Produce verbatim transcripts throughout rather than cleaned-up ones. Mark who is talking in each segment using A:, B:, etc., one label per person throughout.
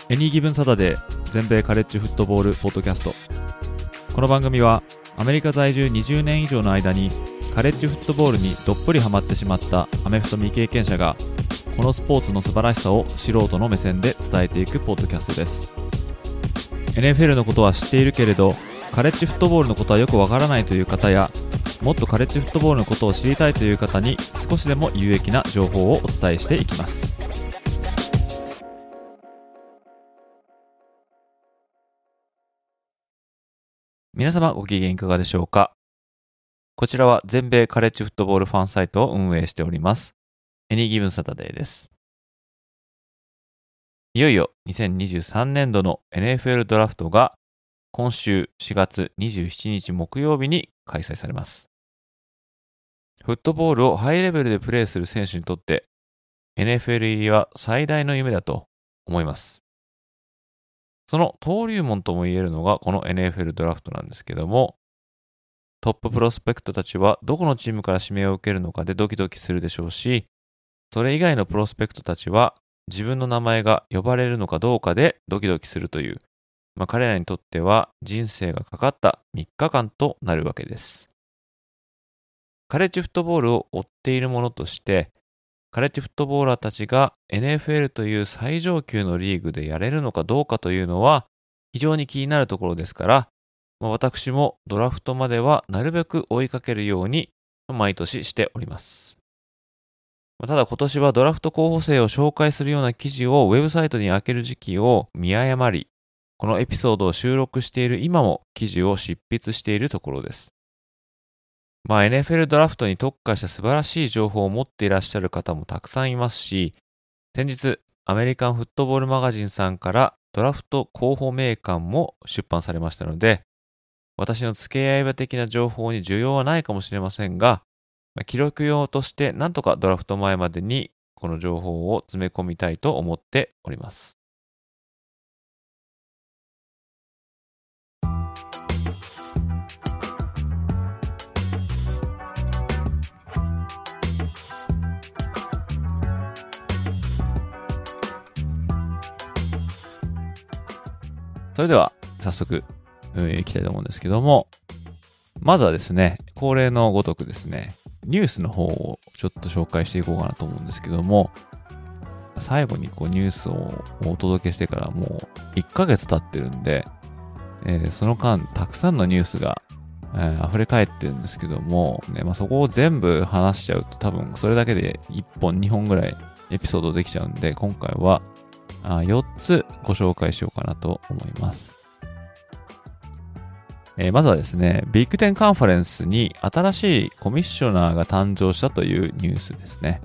A: エニーギブンサタデー全米カレッジフットボールポッドキャスト。この番組はアメリカ在住にじゅうねん以上の間にカレッジフットボールにどっぷりハマってしまったアメフト未経験者がこのスポーツの素晴らしさを素人の目線で伝えていくポッドキャストです。 エヌエフエル のことは知っているけれどカレッジフットボールのことはよくわからないという方や、もっとカレッジフットボールのことを知りたいという方に少しでも有益な情報をお伝えしていきます。皆様ご機嫌いかがでしょうか。こちらは全米カレッジフットボールファンサイトを運営しておりますエニーギブンサタデーです。いよいよにせんにじゅうさんねん度の エヌエフエル ドラフトが今週しがつにじゅうしちにち木曜日に開催されます。フットボールをハイレベルでプレーする選手にとって エヌエフエル 入りは最大の夢だと思います。その登竜門とも言えるのがこの エヌエフエル ドラフトなんですけども、トッププロスペクトたちはどこのチームから指名を受けるのかでドキドキするでしょうし、それ以外のプロスペクトたちは自分の名前が呼ばれるのかどうかでドキドキするという、まあ、彼らにとっては人生がかかったみっかかんとなるわけです。カレッジフットボールを追っているものとして、カレッジフットボーラーたちが エヌエフエル という最上級のリーグでやれるのかどうかというのは非常に気になるところですから、まあ、私もドラフトまではなるべく追いかけるように毎年しております。まあ、ただ今年はドラフト候補生を紹介するような記事をウェブサイトに開ける時期を見誤り、このエピソードを収録している今も記事を執筆しているところです。まあ エヌエフエル ドラフトに特化した素晴らしい情報を持っていらっしゃる方もたくさんいますし、先日アメリカンフットボールマガジンさんからドラフト候補名鑑も出版されましたので、私の付け合い場的な情報に需要はないかもしれませんが、記録用としてなんとかドラフト前までにこの情報を詰め込みたいと思っております。それでは早速、うん、いきたいと思うんですけども、まずはですね、恒例のごとくですね、ニュースの方をちょっと紹介していこうかなと思うんですけども、最後にこうニュースをお届けしてからもういっかげつ経ってるんで、えー、その間たくさんのニュースが、えー、溢れ返ってるんですけども、ねまあ、そこを全部話しちゃうと多分それだけでいっぽんにほんぐらいエピソードできちゃうんで、今回はあよっつご紹介しようかなと思います。えー、まずはですね、ビッグテンカンファレンスに新しいコミッショナーが誕生したというニュースですね。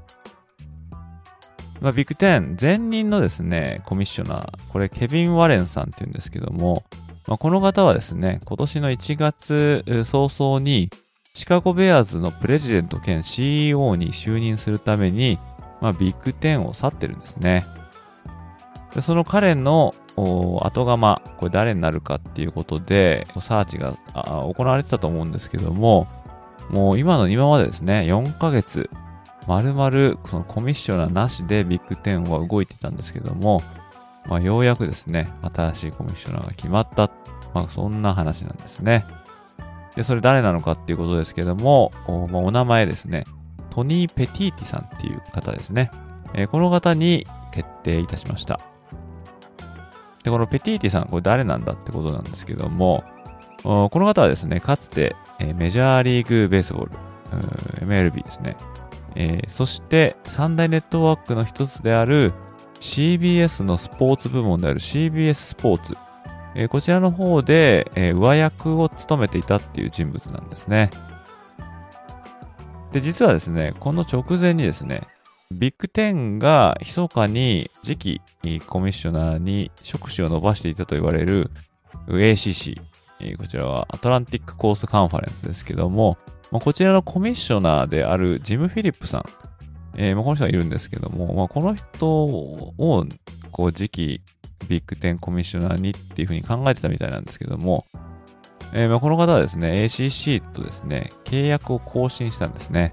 A: まあ、ビッグテン前任のですね、コミッショナー、これケビン・ワレンさんっていうんですけども、まあ、この方はですね、今年のいちがつ早々にシカゴベアーズのプレジデント兼 シーイーオー に就任するために、まあ、ビッグテンを去ってるんですね。でその彼の後釜、これ誰になるかっていうことでサーチが行われてたと思うんですけども、もう今の今までですね、よんかげつ丸々そのコミッショナーなしでビッグテンは動いてたんですけども、まあ、ようやくですね、新しいコミッショナーが決まった、まあ、そんな話なんですね。でそれ誰なのかっていうことですけども、 お,、まあ、お名前ですね、トニー・ペティーティさんっていう方ですね、えー、この方に決定いたしました。でこのペティーティさん、これ誰なんだってことなんですけども、この方はですね、かつてメジャーリーグベースボール、エムエルビー ですね、えー、そして三大ネットワークの一つである シービーエス のスポーツ部門である シービーエス スポーツ、えー、こちらの方で、えー、上役を務めていたっていう人物なんですね。で実はですね、この直前にですね、ビッグテンが密かに次期コミッショナーに触手を伸ばしていたと言われる エーシーシー、こちらはアトランティックコースカンファレンスですけども、こちらのコミッショナーであるジム・フィリップさん、えー、この人がいるんですけども、まあ、この人をこう次期ビッグテンコミッショナーにっていうふうに考えてたみたいなんですけども、えー、まあこの方はですね、エーシーシー とですね、契約を更新したんですね。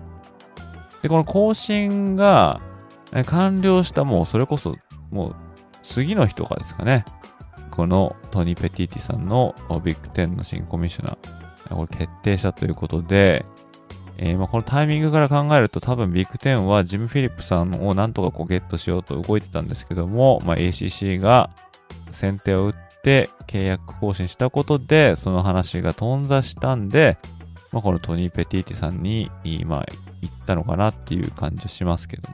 A: で、この更新が完了した、もうそれこそもう次の日とかですかね、このトニー・ペティティさんのビッグテンの新コミッショナー、これ決定したということで、えー、まあこのタイミングから考えると多分ビッグテンはジム・フィリップさんをなんとかこうゲットしようと動いてたんですけども、まあ、エーシーシー が先手を打って契約更新したことでその話が頓挫したんで、まあ、このトニー・ペティティさんに、まあ、行ったのかなっていう感じはしますけども、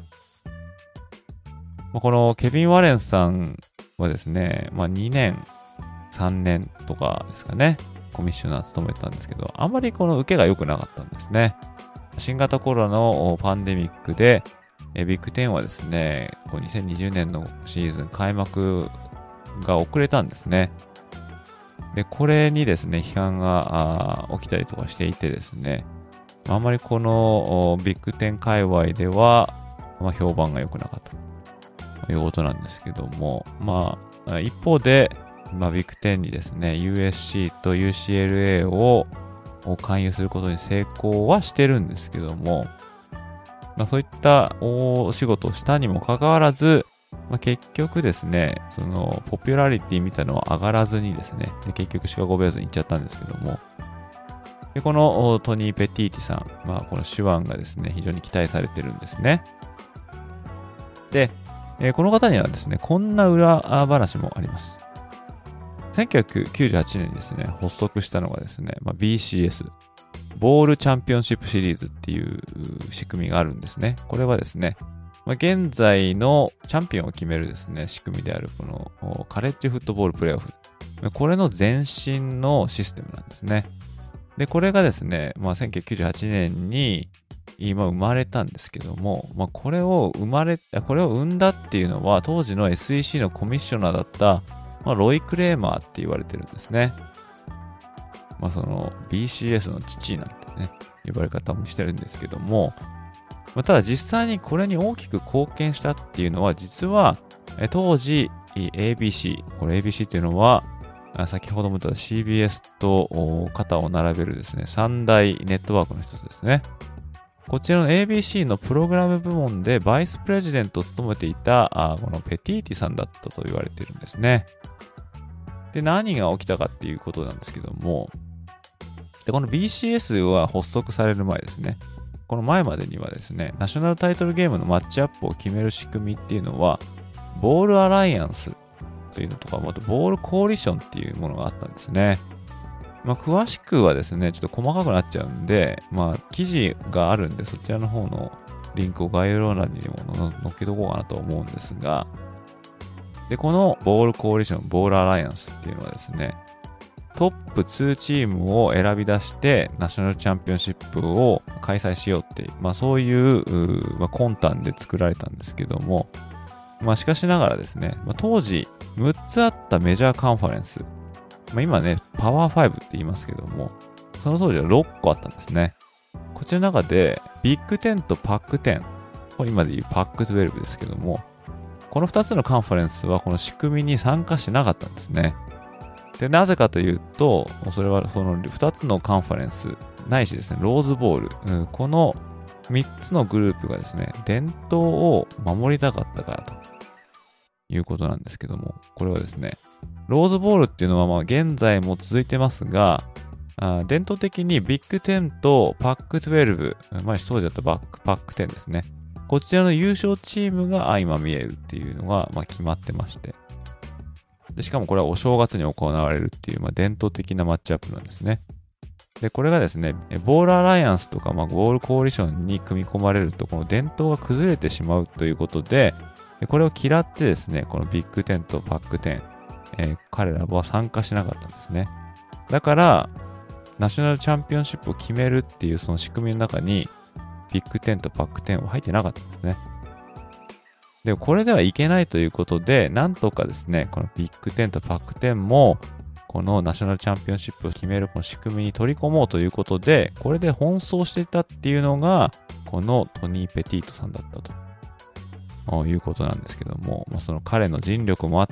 A: まあ、このケビン・ワレンさんはですね、まあ、にねんさんねんとかですかね、コミッショナー務めてたんですけど、あんまりこの受けが良くなかったんですね。新型コロナのパンデミックで、えビッグテンはですね、こうにせんにじゅうねんのシーズン開幕が遅れたんですね。で、これにですね、批判が起きたりとかしていてですね、あんまりこのビッグテン界隈では、まあ、評判が良くなかったということなんですけども、まあ、一方で、まあ、ビッグテンにですね、ユーエスシー と ユーシーエルエー を勧誘することに成功はしてるんですけども、まあ、そういったお仕事をしたにもかかわらず、まあ、結局ですね、そのポピュラリティみたいなのは上がらずにですね、で結局シカゴベアーズに行っちゃったんですけども、でこのトニー・ペティーティさん、まあ、この手腕がですね、非常に期待されてるんですね。で、えー、この方にはですね、こんな裏話もあります。せんきゅうひゃくきゅうじゅうはちねんにですね、発足したのがですね、まあ、ビーシーエス、ボールチャンピオンシップシリーズっていう仕組みがあるんですね。これはですね、まあ、現在のチャンピオンを決めるですね、仕組みであるこのカレッジフットボールプレーオフ。これの前身のシステムなんですね。で、これがですね、まあ、せんきゅうひゃくきゅうじゅうはちねんに今生まれたんですけども、まあ、これを生まれ、これを生んだっていうのは当時の エスイーシー のコミッショナーだったまあ、ロイ・クレーマーって言われてるんですね。まあその ビーシーエス の父なんてね、呼ばれ方もしてるんですけども、まあ、ただ実際にこれに大きく貢献したっていうのは、実はえ当時 エービーシー、これ エービーシー っていうのは、先ほども言った シービーエス と肩を並べるですね、三大ネットワークの一つですね。こちらの エービーシー のプログラム部門でバイスプレジデントを務めていたあこのペティーティさんだったと言われているんですね。で、何が起きたかっていうことなんですけども、でこの ビーシーエス は発足される前ですね、この前までにはですね、ナショナルタイトルゲームのマッチアップを決める仕組みっていうのは、ボールアライアンスというのとか、またボールコーリションっていうものがあったんですね。まあ、詳しくはですね、ちょっと細かくなっちゃうんで、まあ、記事があるんで、そちらの方のリンクを概要欄にも載っけとこうかなと思うんですが、で、このボールコーリション、ボールアライアンスっていうのはですね、トップにチームを選び出して、ナショナルチャンピオンシップを開催しようっていう、まあそういう、うまあ、魂胆で作られたんですけども、まあしかしながらですね、まあ、当時むっつあったメジャーカンファレンス、まあ、今ね、パワーファイブって言いますけども、その当時はろっこあったんですね。こちらの中で、ビッグテンとパックテン、これ今でいうパックじゅうにですけども、このふたつのカンファレンスはこの仕組みに参加しなかったんですね。で、なぜかというと、それはそのふたつのカンファレンス、ないしですね、ローズボール、うん、このみっつのグループがですね、伝統を守りたかったからということなんですけども、これはですね、ローズボールっていうのはまあ現在も続いてますが、あ伝統的にビッグテンとパックじゅうに、まあ当時だったバックパックじゅうですね。こちらの優勝チームが相まみえるっていうのがまあ決まってまして。でしかもこれはお正月に行われるっていうまあ伝統的なマッチアップなんですね。で、これがですね、ボールアライアンスとかまあボールコーリションに組み込まれると、この伝統が崩れてしまうということで、でこれを嫌ってですね、このビッグテンとパックじゅう、えー、彼らは参加しなかったんですね。だから、ナショナルチャンピオンシップを決めるっていうその仕組みの中に、ビッグテンとパックじゅうは入ってなかったんですね。でもこれではいけないということで、なんとかですね、このビッグテンとパックじゅうも、このナショナルチャンピオンシップを決めるこの仕組みに取り込もうということで、これで奔走していたっていうのが、このトニー・ペティートさんだったということなんですけども、まあ、その彼の尽力もあって、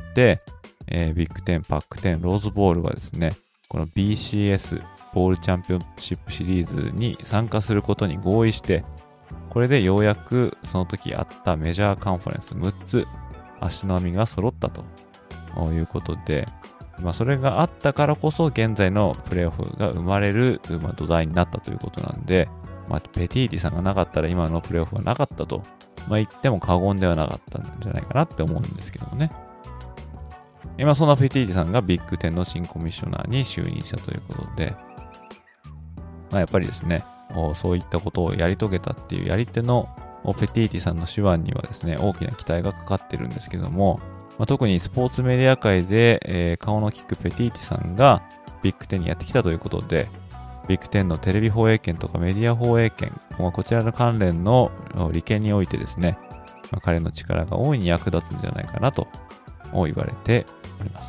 A: えー、ビッグテン、パックじゅう、ローズボールがですね、この ビーシーエス、ボールチャンピオンシップシリーズに参加することに合意して、これでようやくその時あったメジャーカンファレンスむっつ、 足並みが揃ったということで、まあ、それがあったからこそ現在のプレーオフが生まれる、まあ、土台になったということなんで、まあ、ペティーティさんがなかったら今のプレーオフはなかったと、まあ、言っても過言ではなかったんじゃないかなって思うんですけどもね。今そんなペティーティさんがビッグテンの新コミッショナーに就任したということで、まあ、やっぱりですね、そういったことをやり遂げたっていうやり手のペティーティさんの手腕にはですね、大きな期待がかかってるんですけども、まあ、特にスポーツメディア界で、えー、顔の利くペティーティさんがビッグテンにやってきたということで、ビッグテンのテレビ放映権とかメディア放映権、まあ、こちらの関連の利権においてですね、まあ、彼の力が大いに役立つんじゃないかなと言われております。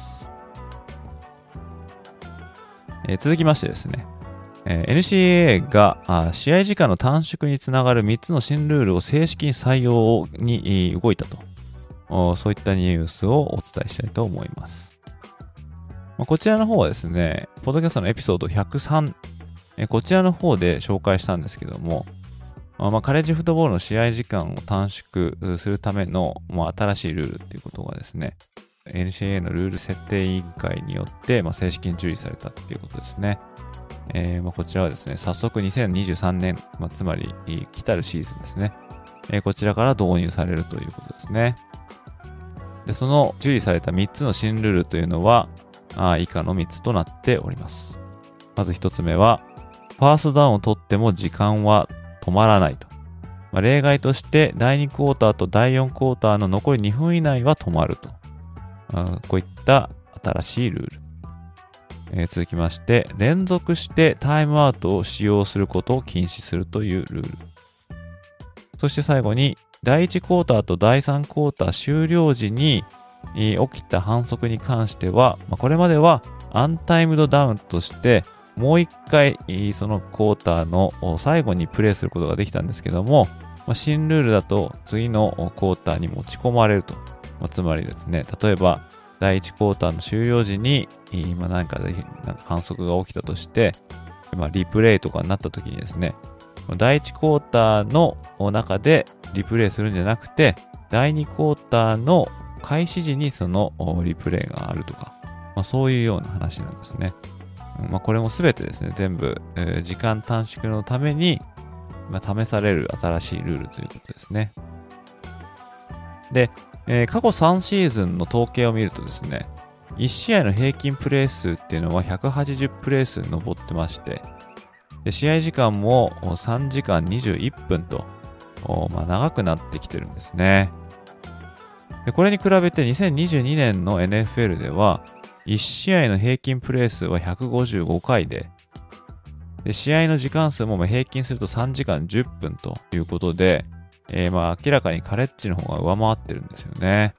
A: えー、続きましてですね、えー、エヌシーエーエー が試合時間の短縮につながるみっつの新ルールを正式に採用に動いたと。そういったニュースをお伝えしたいと思います。まあ、こちらの方はですね、ポッドキャストのエピソードひゃくさん、えこちらの方で紹介したんですけども、まあ、まあカレッジフットボールの試合時間を短縮するための、まあ、新しいルールっていうことがですね、エヌシーエーエー のルール設定委員会によって、まあ、正式に受理されたっていうことですね。えーまあ、こちらはですね、早速にせんにじゅうさんねん、まあ、つまり来たるシーズンですね、えー、こちらから導入されるということですね。で、その受理されたみっつの新ルールというのは、あ以下のみっつとなっております。まずひとつめは、ファーストダウンを取っても時間は止まらないと。まあ、例外として、だいにクォーターとだいよんクォーターの残りにふん以内は止まると。あこういった新しいルール。えー、続きまして、連続してタイムアウトを使用することを禁止するというルール。そして最後に、だいいちクォーターとだいさんクォーター終了時に起きた反則に関しては、まあ、これまではアンタイムドダウンとしてもう一回そのクォーターの最後にプレーすることができたんですけども、まあ、新ルールだと次のクォーターに持ち込まれると。まあ、つまりですね、例えばだいいちクォーターの終了時に今何かでなんか反則が起きたとして、まあ、リプレイとかになった時にですね、だいいちクォーターの中でリプレイするんじゃなくて、だいにクォーターの開始時にそのリプレイがあるとか、まあ、そういうような話なんですね。まあ、これもすべてですね、全部、えー、時間短縮のために、まあ、試される新しいルールということですね。で、えー、過去さんシーズンの統計を見るとですね、いち試合の平均プレー数っていうのはひゃくはちじゅうプレー数上ってまして、で試合時間もさんじかんにじゅういっぷんと、まあ、長くなってきてるんですね。でこれに比べてにせんにじゅうにねんの エヌエフエル ではいち試合の平均プレー数はひゃくごじゅうごかいで、で試合の時間数も平均するとさんじかんじゅっぷんということで、えー、まあ明らかにカレッジの方が上回ってるんですよね。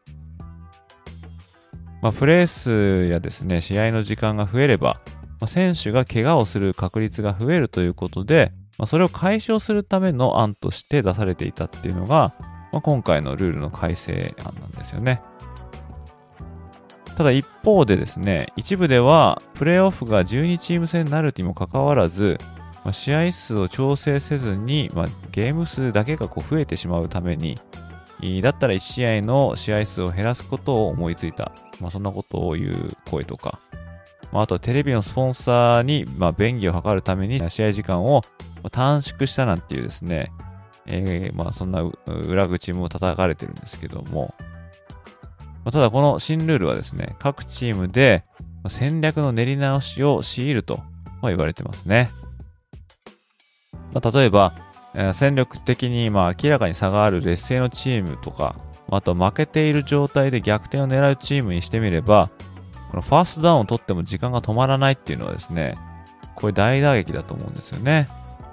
A: まあ、プレー数やですね、試合の時間が増えれば、まあ、選手が怪我をする確率が増えるということで、まあ、それを解消するための案として出されていたっていうのが、まあ、今回のルールの改正案なんですよね。ただ一方でですね、一部ではプレーオフがじゅうにチーム制になるにもかかわらず、まあ、試合数を調整せずに、まあ、ゲーム数だけがこう増えてしまうために、だったらいち試合の試合数を減らすことを思いついた。まあ、そんなことを言う声とか、まあ、あとはテレビのスポンサーに、まあ、便宜を図るために試合時間を短縮したなんていうですね、えー、まあそんな裏口も叩かれてるんですけども、まあ、ただこの新ルールはですね、各チームで戦略の練り直しを強いると言われてますね。まあ、例えば、戦力的にまあ明らかに差がある劣勢のチームとか、あと負けている状態で逆転を狙うチームにしてみれば、このファーストダウンを取っても時間が止まらないっていうのはですね、これ大打撃だと思うんですよね。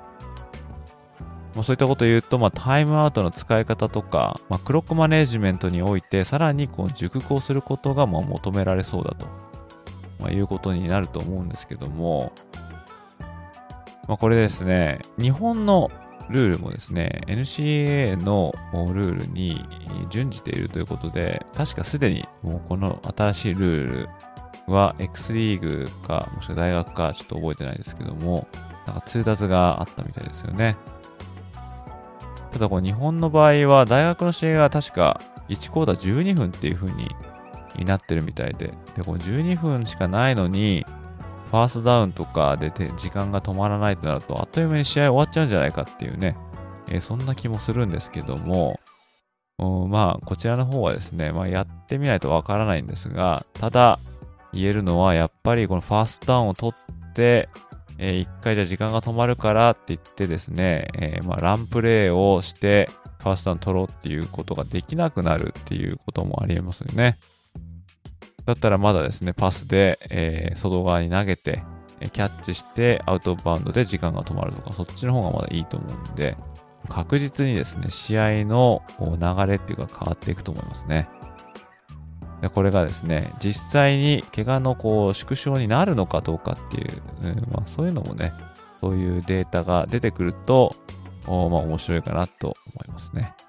A: まあ、そういったことを言うと、まあ、タイムアウトの使い方とか、まあ、クロックマネジメントにおいてさらにこう熟考することがまあ求められそうだと、まあ、いうことになると思うんですけども、まあ、これですね、日本のルールもですね、エヌシーエーエー のルールに準じているということで、確かすでにもうこの新しいルールは X リーグか、もしくは大学かちょっと覚えてないですけども、なんか通達があったみたいですよね。ただこう日本の場合は大学の試合が確かいちクォーターじゅうにふんっていう風になってるみたいで、で、これじゅうにふんしかないのに、ファーストダウンとかで時間が止まらないとなると、あっという間に試合終わっちゃうんじゃないかっていうね、えー、そんな気もするんですけども、まあ、こちらの方はですね、まあ、やってみないとわからないんですが、ただ、言えるのは、やっぱりこのファーストダウンを取って、えー、一回じゃ時間が止まるからって言ってですね、えー、まあ、ランプレーをして、ファーストダウン取ろうっていうことができなくなるっていうこともありえますよね。だったらまだですね、パスで、えー、外側に投げて、キャッチしてアウトバウンドで時間が止まるとか、そっちの方がまだいいと思うんで、確実にですね、試合の流れっていうか変わっていくと思いますね。でこれがですね、実際に怪我のこう縮小になるのかどうかっていう、うんまあ、そういうのもね、そういうデータが出てくると、まあ、面白いかなと思いますね。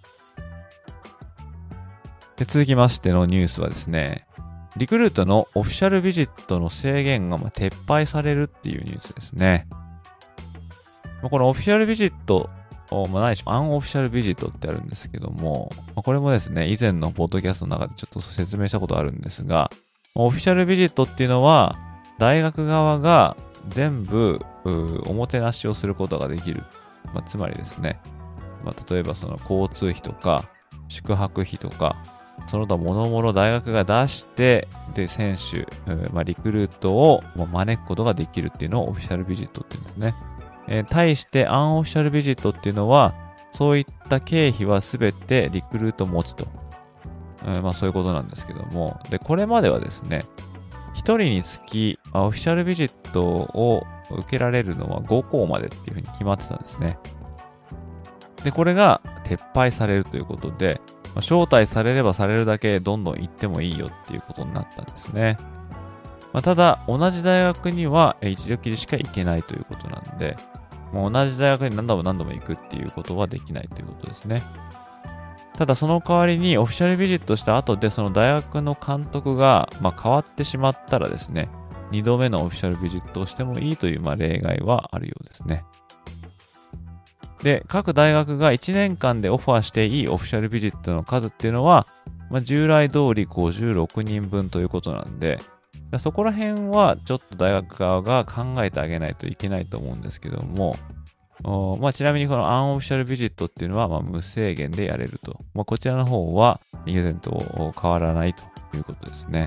A: で続きましてのニュースはですね、リクルートのオフィシャルビジットの制限がまあ撤廃されるっていうニュースですね。このオフィシャルビジットまあ、ないし、アンオフィシャルビジットってあるんですけども、まあ、これもですね、以前のポッドキャストの中でちょっと説明したことあるんですが、オフィシャルビジットっていうのは、大学側が全部、おもてなしをすることができる。まあ、つまりですね、まあ、例えばその交通費とか、宿泊費とか、その他諸々大学が出して、で、選手、まあ、リクルートを招くことができるっていうのをオフィシャルビジットっていうんですね。えー、対してアンオフィシャルビジットっていうのは、そういった経費はすべてリクルート持ちと、えー、まあそういうことなんですけども、で、これまではですね、ひとりにつきオフィシャルビジットを受けられるのはごこうまでっていうふうに決まってたんですね。で、これが撤廃されるということで、まあ、招待されればされるだけどんどん行ってもいいよっていうことになったんですね。まあ、ただ、同じ大学には一度きりしか行けないということなんで、もう同じ大学に何度も何度も行くっていうことはできないということですね。ただ、その代わりにオフィシャルビジットした後で、その大学の監督が、まあ、変わってしまったらですね、にどめのオフィシャルビジットをしてもいいという、まあ、例外はあるようですね。で、各大学がいちねんかんでオファーしていいオフィシャルビジットの数っていうのは、まあ、従来通りごじゅうろくにんぶんということなんで、そこら辺はちょっと大学側が考えてあげないといけないと思うんですけども、まあ、ちなみにこのアンオフィシャルビジットっていうのはまあ無制限でやれると。まあ、こちらの方は以前と変わらないということですね。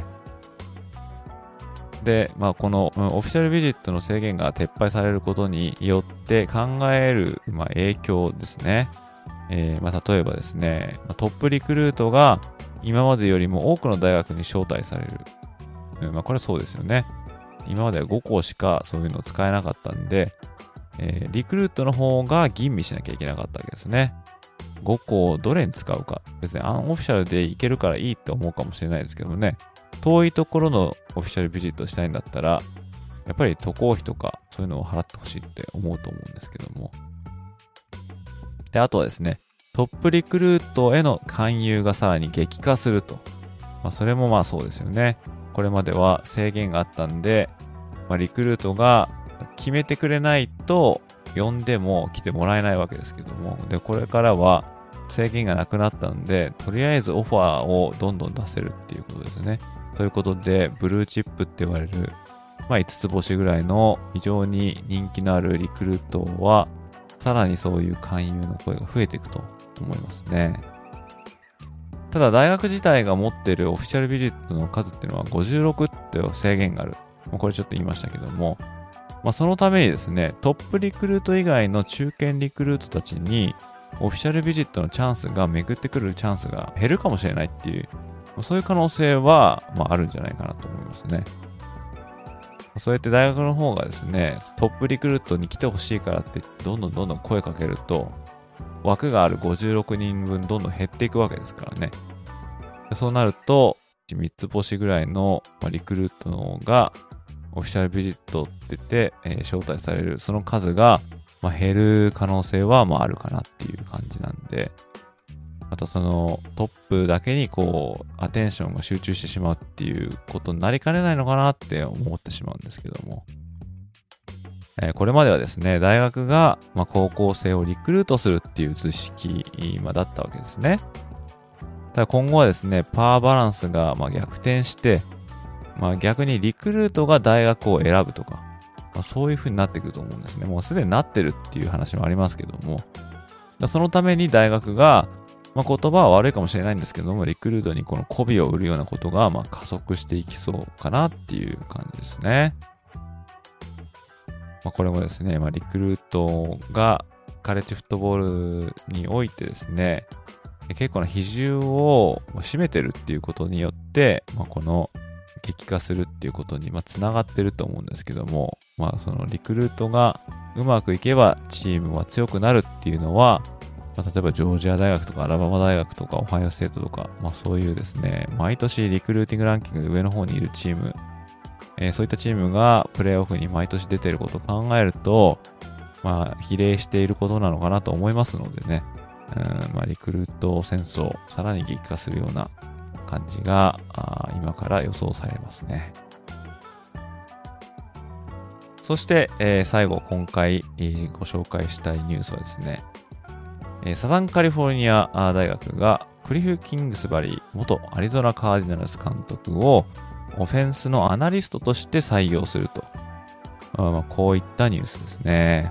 A: で、まあ、このオフィシャルビジットの制限が撤廃されることによって考える、まあ、影響ですね。えーまあ、例えばですね、トップリクルートが今までよりも多くの大学に招待される。うんまあ、これはそうですよね。今まではごこうしかそういうのを使えなかったんで、えー、リクルートの方が吟味しなきゃいけなかったわけですね。ごこをどれに使うか。別にアンオフィシャルでいけるからいいって思うかもしれないですけどもね。遠いところのオフィシャルビジットしたいんだったら、やっぱり渡航費とかそういうのを払ってほしいって思うと思うんですけども。で、あとはですね、トップリクルートへの勧誘がさらに激化すると。まあ、それもまあそうですよね。これまでは制限があったんで、まあ、リクルートが決めてくれないと呼んでも来てもらえないわけですけども、で、これからは制限がなくなったんで、とりあえずオファーをどんどん出せるっていうことですね。ということで、ブルーチップって言われる、まあいつつぼしぐらいの非常に人気のあるリクルートは、さらにそういう勧誘の声が増えていくと思いますね。ただ大学自体が持っているオフィシャルビジットの数っていうのはごじゅうろくっていう制限がある。これちょっと言いましたけども、まあ、そのためにですね、トップリクルート以外の中堅リクルートたちにオフィシャルビジットのチャンスが巡ってくるチャンスが減るかもしれないっていう、そういう可能性は、まあ、あるんじゃないかなと思いますね。そうやって大学の方がですね、トップリクルートに来てほしいからってどんどんどんどん声かけると、枠があるごじゅうろくにんぶんどんどん減っていくわけですからね。そうなると、みっつ星ぐらいのリクルートのがオフィシャルビジットって言って、えー、招待されるその数が、まあ、減る可能性はまああるかなっていう感じなんで、またそのトップだけにこうアテンションが集中してしまうっていうことになりかねないのかなって思ってしまうんですけども、えー、これまではですね、大学が、まあ、高校生をリクルートするっていう図式、まあ、だったわけですね。 ただ今後はですね、パワーバランスがまあ逆転して、まあ逆にリクルートが大学を選ぶとか、まあ、そういう風になってくると思うんですね。もうすでになってるっていう話もありますけども、そのために大学が、まあ、言葉は悪いかもしれないんですけども、リクルートにこの媚びを売るようなことがまあ加速していきそうかなっていう感じですね。まあ、これもですね、まあ、リクルートがカレッジフットボールにおいてですね、結構な比重を占めてるっていうことによって、まあ、この激化するっていうことにつながってると思うんですけども、まあそのリクルートがうまくいけばチームは強くなるっていうのは、まあ、例えばジョージア大学とかアラバマ大学とかオハイオステートとか、まあそういうですね、毎年リクルーティングランキングで上の方にいるチーム、えー、そういったチームがプレーオフに毎年出ていることを考えると、まあ比例していることなのかなと思いますのでね、うんまあ、リクルート戦争、さらに激化するような感じが今から予想されますね。そして、えー、最後今回、えー、ご紹介したいニュースはですね、えー、サザンカリフォルニア大学がクリフ・キングスバリー元アリゾナカーディナルス監督をオフェンスのアナリストとして採用すると、あまあ、こういったニュースですね。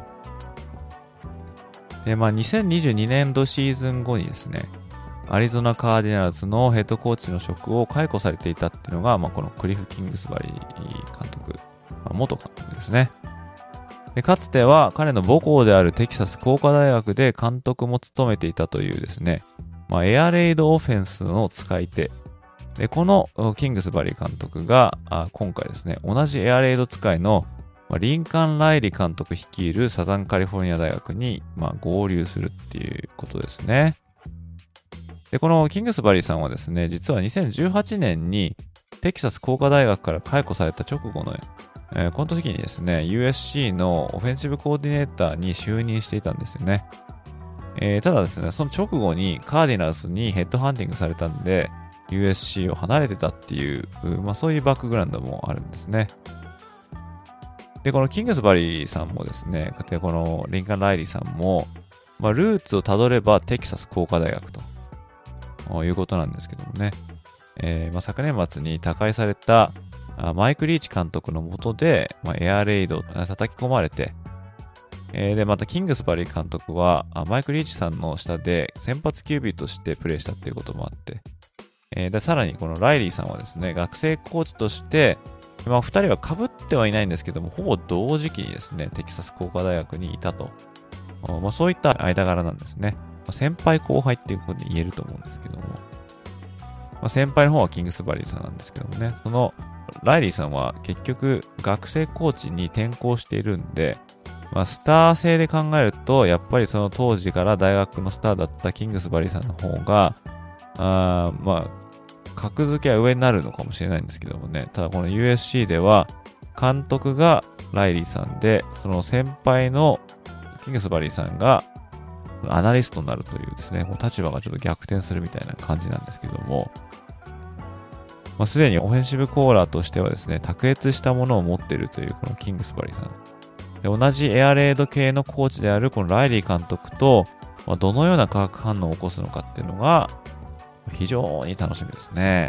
A: で、まあ、にせんにじゅうにねん度シーズン後にですね、アリゾナカーディナルズのヘッドコーチの職を解雇されていたっていうのが、まあ、このクリフ・キングスバリー監督、まあ、元監督ですね。で、かつては彼の母校であるテキサス工科大学で監督も務めていたというですね、まあ、エアレイドオフェンスの使い手。で、このキングスバリー監督があ今回ですね、同じエアレイド使いのリンカン・ライリ監督率いるサザンカリフォルニア大学に、まあ、合流するっていうことですね。で、このキングスバリーさんはですね、実はにせんじゅうはちねんにテキサス工科大学から解雇された直後の、えー、この時にですね、ユーエスシー のオフェンシブコーディネーターに就任していたんですよね。えー、ただですね、その直後にカーディナルスにヘッドハンティングされたんで、ユーエスシー を離れてたっていう、まあそういうバックグラウンドもあるんですね。で、このキングスバリーさんもですね、このリンカン・ライリーさんも、まあ、ルーツをたどればテキサス工科大学ということなんですけどもね、えーまあ、昨年末に他界されたマイク・リーチ監督の下で、まあ、エアレイドを叩き込まれて、えー、で、またキングスバリー監督はマイク・リーチさんの下で先発キュービーとしてプレーしたっていうこともあって、えー、でさらにこのライリーさんはですね、学生コーチとして、まあ、ふたりは被ってはいないんですけども、ほぼ同時期にですね、テキサス工科大学にいたと。まあ、そういった間柄なんですね。まあ、先輩後輩っていうことで言えると思うんですけども。まあ、先輩の方はキングスバリーさんなんですけどもね、そのライリーさんは結局学生コーチに転向しているんで、まあ、スター性で考えると、やっぱりその当時から大学のスターだったキングスバリーさんの方が、あまあ、格付けは上になるのかもしれないんですけどもね。ただこの ユーエスシー では監督がライリーさんで、その先輩のキングスバリーさんがアナリストになるというですね、もう立場がちょっと逆転するみたいな感じなんですけども、まあ、すでにオフェンシブコーラーとしてはですね、卓越したものを持っているというこのキングスバリーさん。で、同じエアレード系のコーチであるこのライリー監督と、まあ、どのような化学反応を起こすのかっていうのが非常に楽しみですね。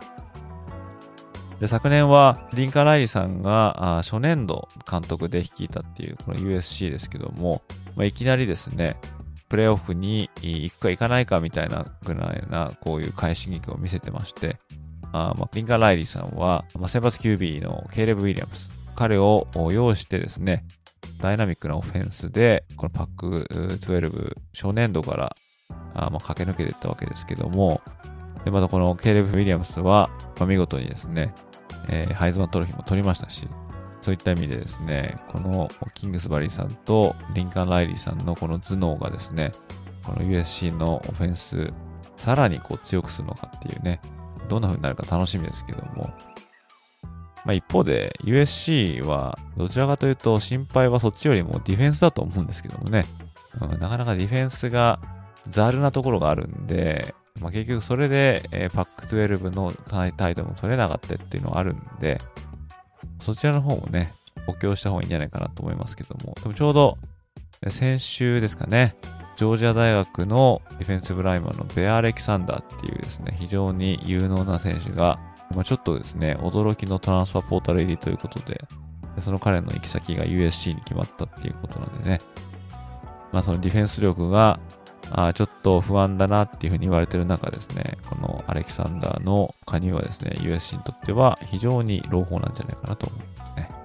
A: で、昨年はリンカン・ライリーさんが初年度監督で率いたっていうこの ユーエスシー ですけども、まあ、いきなりですね、プレーオフに行くか行かないかみたいなぐらいなこういう快進撃を見せてまして、あまあリンカン・ライリーさんは、まあ、先発 キュービー のケイレブ・ウィリアムス、彼を擁してですね、ダイナミックなオフェンスでこのパックじゅうに初年度からあまあ駆け抜けていったわけですけども、でまたこのケイレブ・ウィリアムスは、まあ、見事にですね、えー、ハイズマントロフィーも取りましたし、そういった意味でですね、このキングスバリーさんとリンカン・ライリーさんのこの頭脳がですね、この ユーエスシー のオフェンス、さらにこう強くするのかっていうね、どんな風になるか楽しみですけども、まあ、一方で ユーエスシー はどちらかというと心配はそっちよりもディフェンスだと思うんですけどもね、うん、なかなかディフェンスがザルなところがあるんで、まあ、結局それで、えー、パックじゅうにのタイトルも取れなかったっていうのはあるんで、そちらの方もね、補強した方がいいんじゃないかなと思いますけども、でもちょうど先週ですかね、 ジョージア大学のディフェンスブライマーのベア・アレキサンダーっていうですね、非常に有能な選手が、まあ、ちょっとですね、驚きのトランスファーポータル入りということで、その彼の行き先が ユーエスシー に決まったっていうことなんでね、まあそのディフェンス力があちょっと不安だなっていうふうに言われてる中ですね、このアレキサンダーの加入はですね、ユーエスシー にとっては非常に朗報なんじゃないかなと思いますね。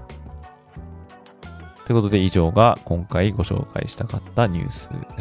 A: ということで以上が今回ご紹介したかったニュースです。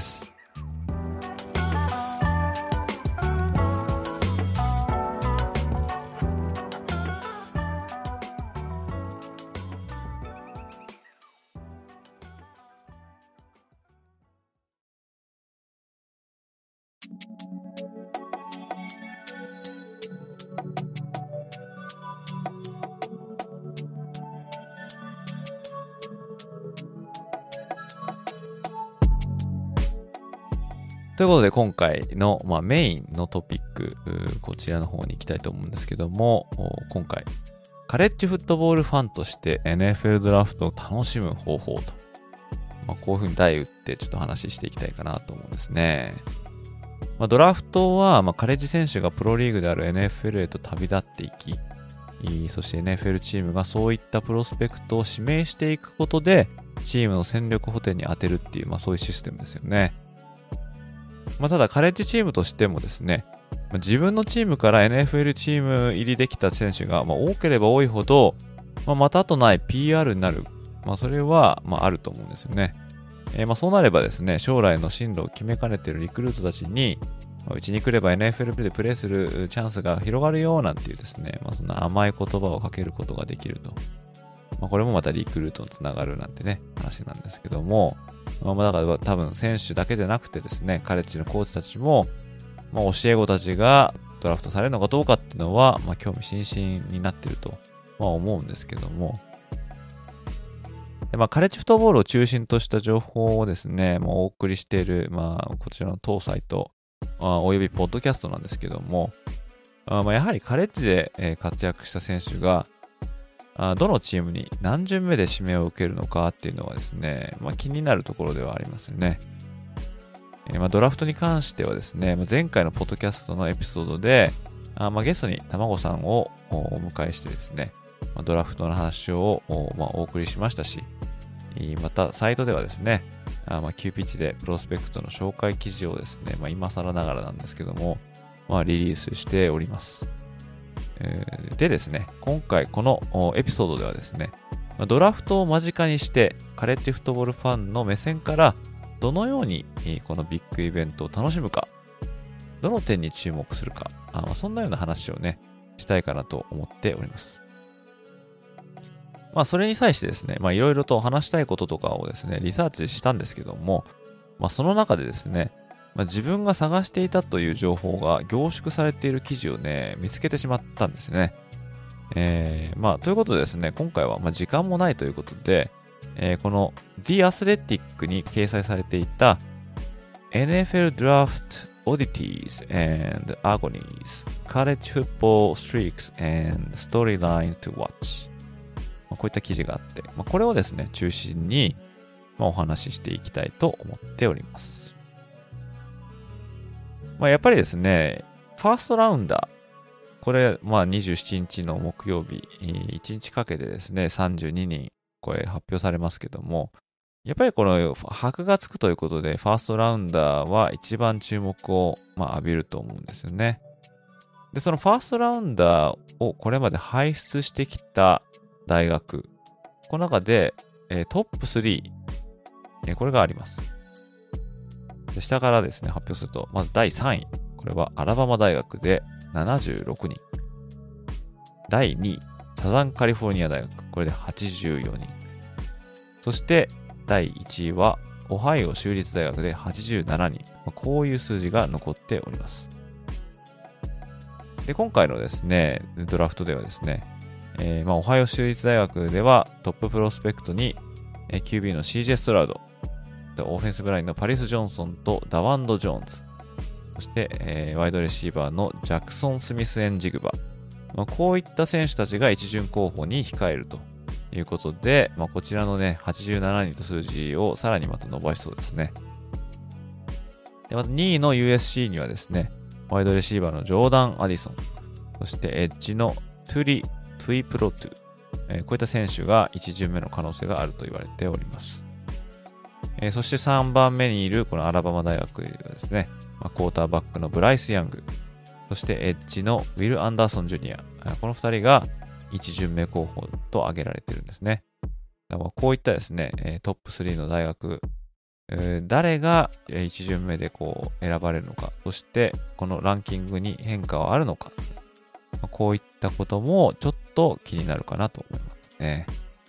A: ということで今回の、まあ、メインのトピック、こちらの方に行きたいと思うんですけども、今回、カレッジフットボールファンとして エヌエフエル ドラフトを楽しむ方法と、まあ、こういうふうに題打ってちょっと話していきたいかなと思うんですね。まあ、ドラフトは、まあ、カレッジ選手がプロリーグである エヌエフエル へと旅立っていき、そして エヌエフエル チームがそういったプロスペクトを指名していくことで、チームの戦力補填に当てるっていう、まあ、そういうシステムですよね。まあ、ただカレッジチームとしてもですね、自分のチームから エヌエフエル チーム入りできた選手がまあ多ければ多いほど、まあ、またとない ピーアール になる、まあ、それはまああると思うんですよね。えー、まあそうなればですね、将来の進路を決めかねているリクルートたちに、うちに来れば エヌエフエル でプレーするチャンスが広がるよなんていうですね、まあ、そんな甘い言葉をかけることができると。まあ、これもまたリクルートにつながるなんてね、話なんですけども、まあ、だから多分選手だけでなくてですね、カレッジのコーチたちも、まあ、教え子たちがドラフトされるのかどうかっていうのは、まあ、興味津々になっていると、まあ、思うんですけども、でまあ、カレッジフットボールを中心とした情報をですね、まあ、お送りしている、まあ、こちらの当サイト、あおよびポッドキャストなんですけども、あまあ、やはりカレッジで、えー、活躍した選手が、あどのチームに何巡目で指名を受けるのかっていうのはですね、まあ、気になるところではありますよね。えーまあ、ドラフトに関してはですね、まあ、前回のポッドキャストのエピソードで、あまあ、ゲストにたまごさんをお迎えしてですね、まあ、ドラフトの話を お,、まあ、お送りしましたし、またサイトではですね、あまあ、急ピッチでプロスペクトの紹介記事をですね、まあ、今更ながらなんですけども、まあ、リリースしております。でですね、今回このエピソードではですね、ドラフトを間近にしてカレッジフットボールファンの目線からどのようにこのビッグイベントを楽しむか、どの点に注目するか、あまあ、そんなような話をね、したいかなと思っております。まあそれに際してですね、まあいろいろと話したいこととかをですね、リサーチしたんですけども、まあその中でですね、まあ、自分が探していたという情報が凝縮されている記事をね、見つけてしまったんですね。えー、まあ、ということでですね、今回はまあ時間もないということで、えー、この The Athletic に掲載されていた エヌエフエル Draft Oddities and Agonies College Football Streaks and Storyline to Watch、まあ、こういった記事があって、まあ、これをですね、中心に、まあ、お話ししていきたいと思っております。まあ、やっぱりですね、ファーストラウンダー、これ、まあ、にじゅうしちにちの木曜日、いちにちかけてですね、さんじゅうににん、これ発表されますけども、やっぱりこの箔がつくということで、ファーストラウンダーは一番注目を、まあ、浴びると思うんですよね。で、そのファーストラウンダーをこれまで輩出してきた大学、この中で、えー、トップスリー、えー、これがあります。下からですね、発表すると、まずだいさんい。これはアラバマ大学でななじゅうろくにん。だいにい、サザンカリフォルニア大学。これではちじゅうよにん。そしてだいいちいはオハイオ州立大学ではちじゅうななにん。こういう数字が残っております。で、今回のですね、ドラフトではですね、えーまあ、オハイオ州立大学ではトッププロスペクトに キュービー の シージェー ストラウド、オフェンスブラインのパリス・ジョンソンとダワンド・ジョーンズ、そして、えー、ワイドレシーバーのジャクソン・スミス・エンジグバ、まあ、こういった選手たちが一巡候補に控えるということで、まあ、こちらのね、はちじゅうななにんと数字をさらにまた伸ばしそうですね。 で、またにいの ユーエスシー にはですね、ワイドレシーバーのジョーダン・アディソン、そしてエッジのトゥリ・トゥイプロトゥ、えー、こういった選手がいち巡目の可能性があると言われております。えー、そしてさんばんめにいるこのアラバマ大学ではですね、まあ、クォーターバックのブライス・ヤング、そしてエッジのウィル・アンダーソン・ジュニア、このふたりがいち巡目候補と挙げられているんですね。だからこういったですね、トップスリーの大学、えー、誰がいち巡目でこう選ばれるのか、そしてこのランキングに変化はあるのか、こういったこともちょっと気になるかなと思いますね。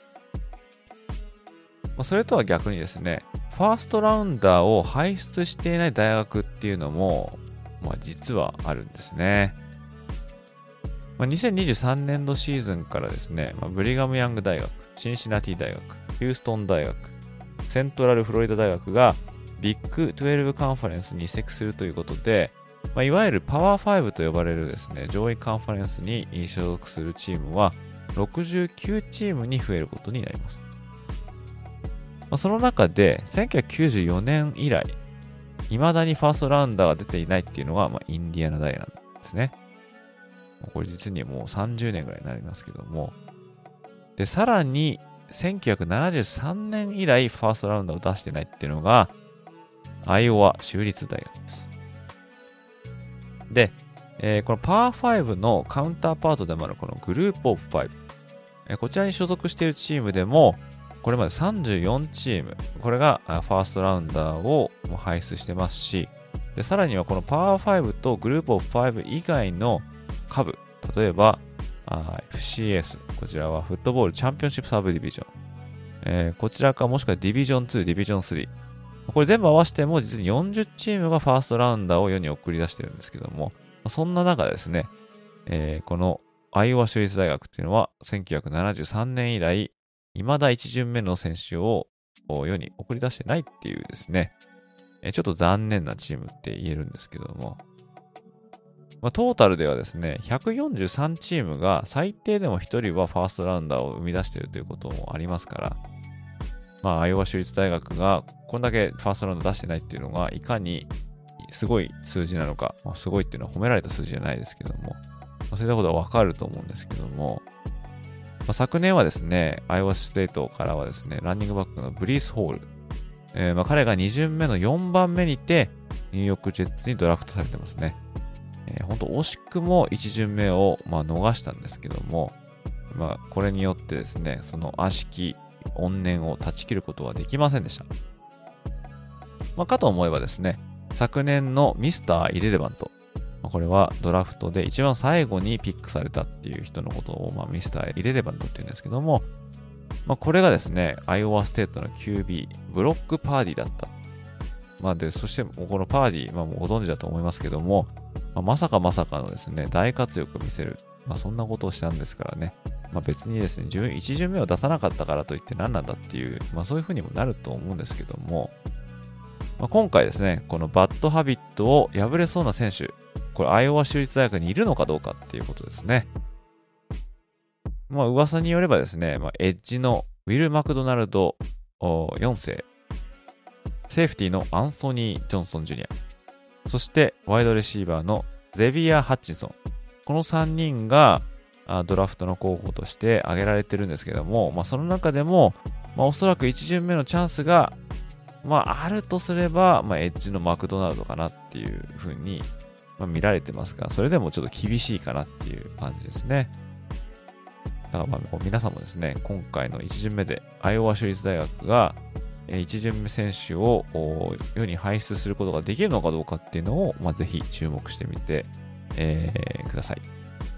A: それとは逆にですね、ファーストラウンダーを輩出していない大学っていうのも、まあ、実はあるんですね。まあ、にせんにじゅうさんねん度シーズンからですね、まあ、ブリガムヤング大学、シンシナティ大学、ヒューストン大学、セントラルフロリダ大学がビッグじゅうにカンファレンスに移籍するということで、まあ、いわゆるパワーファイブと呼ばれるですね、上位カンファレンスに所属するチームはろくじゅうきゅうチームに増えることになります。まあ、その中でせんきゅうひゃくきゅうじゅうよねん以来、未だにファーストラウンダーが出ていないっていうのが、まあ、インディアナ大なんですね。これ実にもうさんじゅうねんぐらいになりますけども。で、さらにせんきゅうひゃくななじゅうさんねん以来ファーストラウンダーを出してないっていうのが、アイオワ州立大学です。で、えー、このパワーファイブのカウンターパートでもあるこのグループオブファイブ、えー、こちらに所属しているチームでも、これまでさんじゅうよんチーム、これがファーストラウンダーを輩出してますし、でさらにはこのパワーファイブとグループオブファイブ以外の下部、例えばあ エフシーエス、こちらはフットボールチャンピオンシップサブディビジョン、えー、こちらかもしくはディビジョンツー、ディビジョンスリー、これ全部合わせても実によんじゅうチームがファーストラウンダーを世に送り出してるんですけども、そんな中ですね、えー、このアイオワ州立大学っていうのはせんきゅうひゃくななじゅうさんねん以来、未だいち巡目の選手を世に送り出してないっていうですね、ちょっと残念なチームって言えるんですけども、まあ、トータルではですね、ひゃくよんじゅうさんチームが最低でもひとりはファーストラウンダーを生み出しているということもありますから、まあ、アイオワ州立大学がこんだけファーストラウンダー出してないっていうのがいかにすごい数字なのか、まあ、すごいっていうのは褒められた数字じゃないですけども、まあ、そういったことはわかると思うんですけども、まあ、昨年はですね、アイオワステートからはですね、ランニングバックのブリース・ホール、えー、まあ彼がに巡目のよんばんめにてニューヨーク・ジェッツにドラフトされてますね。えー、本当惜しくもいち巡目を、まあ、逃したんですけども、まあ、これによってですね、その悪しき怨念を断ち切ることはできませんでした。まあ、かと思えばですね、昨年のミスター・イレレバント、これはドラフトで一番最後にピックされたっていう人のことを、まあ、ミスター・イレレバントって言うんですけども、まあ、これがですね、アイオワステートの キュービー、ブロック・パーディだった。まあ、で、そしてこのパーディ、まあ、もうご存知だと思いますけども、まあ、まさかまさかのですね、大活躍を見せる。まあ、そんなことをしたんですからね、まあ、別にですね、いち巡目を出さなかったからといって何なんだっていう、まあ、そういうふうにもなると思うんですけども、まあ、今回ですね、このバッドハビットを破れそうな選手、これアイオワ州立大学にいるのかどうかっていうことですね。まあ噂によればですね、まあ、エッジのウィル・マクドナルドよん世、セーフティーのアンソニー・ジョンソン・ジュニア、そしてワイドレシーバーのゼビア・ハッチンソン、このさんにんがドラフトの候補として挙げられてるんですけども、まあ、その中でも、まあ、おそらくいち巡目のチャンスが、まあ、あるとすれば、まあ、エッジのマクドナルドかなっていうふうにまあ、見られてますが、それでもちょっと厳しいかなっていう感じですね。だからまあこう皆さんもですね、今回のいち巡目でアイオワ州立大学がいち巡目選手を世に輩出することができるのかどうかっていうのを、まあ、ぜひ注目してみて、えー、ください。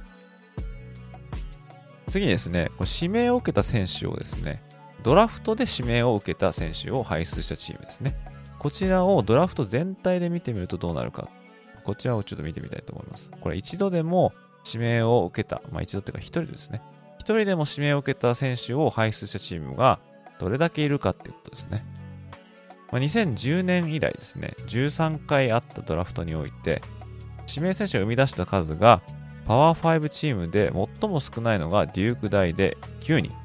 A: 次にですね、こう指名を受けた選手をですね、ドラフトで指名を受けた選手を輩出したチームですね。こちらをドラフト全体で見てみるとどうなるか。こちらをちょっと見てみたいと思います。これ一度でも指名を受けた、まあ一度というか一人ですね。一人でも指名を受けた選手を輩出したチームがどれだけいるかっていうことですね。まあ、にせんじゅうねん以来ですね、じゅうさんかいあったドラフトにおいて、指名選手を生み出した数がパワーファイブチームで最も少ないのがデューク大できゅうにん。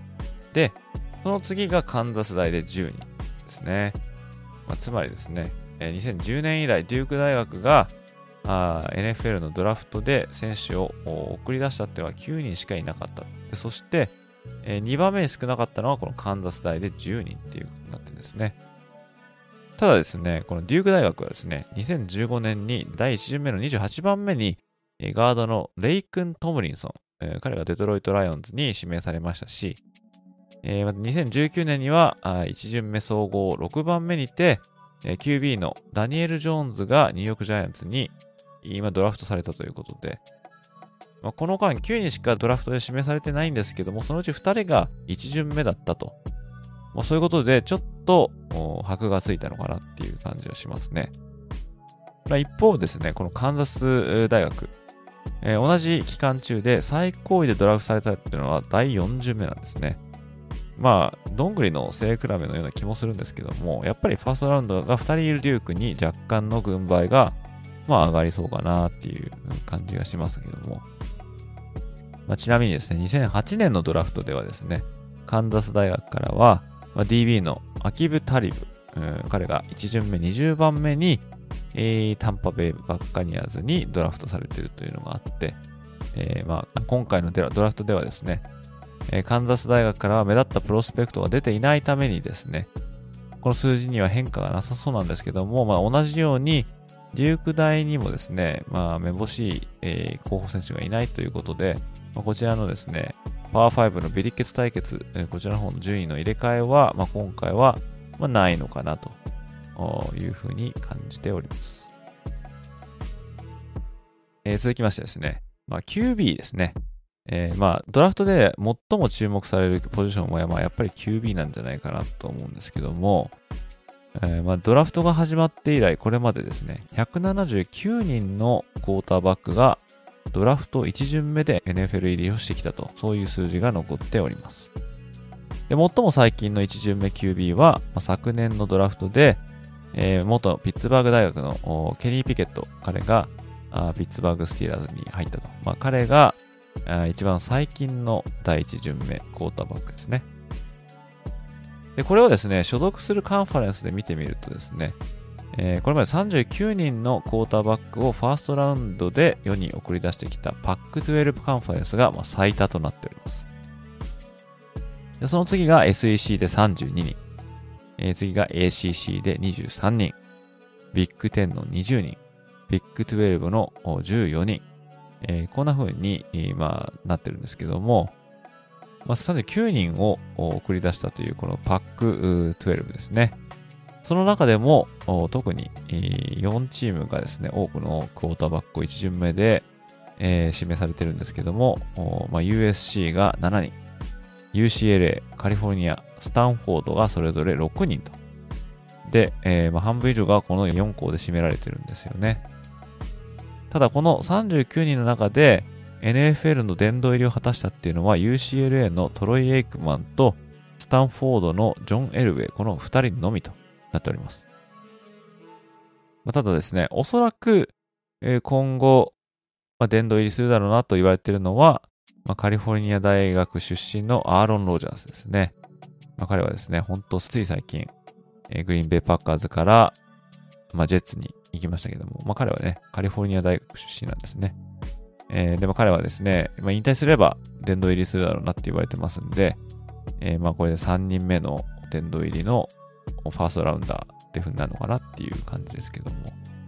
A: で、その次がカンザス大でじゅうにんですね。まあ、つまりですね、 えー、にせんじゅうねん以来、デューク大学があ エヌエフエル のドラフトで選手を送り出したっていうのはきゅうにんしかいなかった。でそして、えー、にばんめに少なかったのはこのカンザス大でじゅうにんっていうことになってるんですね。ただですね、このデューク大学はですね、にせんじゅうごねんにだいいち巡目のにじゅうはちばんめにガードのレイクン・トムリンソン、えー、彼がデトロイト・ライオンズに指名されましたし、えー、またにせんじゅうきゅうねんにはいち巡目総合ろくばんめにて、えー、キュービー のダニエル・ジョーンズがニューヨーク・ジャイアンツに今ドラフトされたということで、まあ、この間きゅうにんしかドラフトで指名されてないんですけども、そのうちふたりがいち巡目だったと。まあ、そういうことで、ちょっと箔がついたのかなっていう感じはしますね。まあ、一方ですね、このカンザス大学、えー、同じ期間中で最高位でドラフトされたっていうのはだいよん巡目なんですね。まあ、どんぐりの背比べのような気もするんですけども、やっぱりファーストラウンドがふたりいるデュークに若干の軍配が、まあ、上がりそうかなっていう感じがしますけども。まあ、ちなみにですね、にせんはちねんのドラフトではですね、カンザス大学からは、まあ、ディービー のアキブ・タリブ、うん、彼がいち巡目にじゅうばんめに、えー、タンパベイバッカニアーズにドラフトされているというのがあって、えーまあ、今回のドラフトではですね、えー、カンザス大学からは目立ったプロスペクトが出ていないためにですね、この数字には変化がなさそうなんですけども、まあ、同じようにデューク大にもですね、まあ、めぼしい、えー、候補選手がいないということで、まあ、こちらのですね、パワーファイブのビリケツ対決、えー、こちらの方の順位の入れ替えは、まあ、今回は、まあ、ないのかなというふうに感じております。えー、続きましてですね、まあ、キュービー ですね。えー、まあドラフトで最も注目されるポジションは、まあ、やっぱり キュービー なんじゃないかなと思うんですけども、えー、まあドラフトが始まって以来、これまでですね、ひゃくななじゅうきゅうにんのクォーターバックがドラフトいち巡目で エヌエフエル 入りをしてきたと、そういう数字が残っております。で、最も最近のいち巡目 キュービー は、まあ、昨年のドラフトで、えー、元ピッツバーグ大学のケニー・ピケット、彼があピッツバーグスティーラーズに入ったと。まあ、彼が一番最近のだいいち巡目クォーターバックですね。で、これをですね、所属するカンファレンスで見てみるとですね、えー、これまでさんじゅうきゅうにんのクォーターバックをファーストラウンドで世に送り出してきた パックじゅうに カンファレンスがまあ最多となっております。で、その次が エスイーシー でさんじゅうににん、えー、次が エーシーシー でにじゅうさんにん、ビッグテンのにじゅうにん、ビッグじゅうにのじゅうよにん、えー、こんな風に、まあ、なってるんですけども、まあ、さんじゅうきゅうにんを送り出したというこの パックじゅうに ですね。その中でも特によんチームがですね、多くのクォーターバックをいち巡目で、えー、指名されてるんですけども、まあ、ユーエスシー がしちにん、ユーシーエルエー、カリフォルニア、スタンフォードがそれぞれろくにんと。で、えーまあ、半分以上がこのよん校で占められてるんですよね。ただこのさんじゅうきゅうにんの中で エヌエフエル の殿堂入りを果たしたっていうのは ユーシーエルエー のトロイ・エイクマンとスタンフォードのジョン・エルウェイ、このふたりのみとなっております。まあ、ただですね、おそらく、えー、今後、まあ、殿堂入りするだろうなと言われているのは、まあ、カリフォルニア大学出身のアーロン・ロージャースですね。まあ、彼はですね、本当つい最近、えー、グリーンベイ・パッカーズから、まあ、ジェッツに行きましたけども、まあ、彼はね、カリフォルニア大学出身なんですね。えー、でも彼はですね、まあ、引退すれば殿堂入りするだろうなって言われてますんで、えー、まあこれでさんにんめの殿堂入りのファーストラウンダーっていう風になるのかなっていう感じですけども。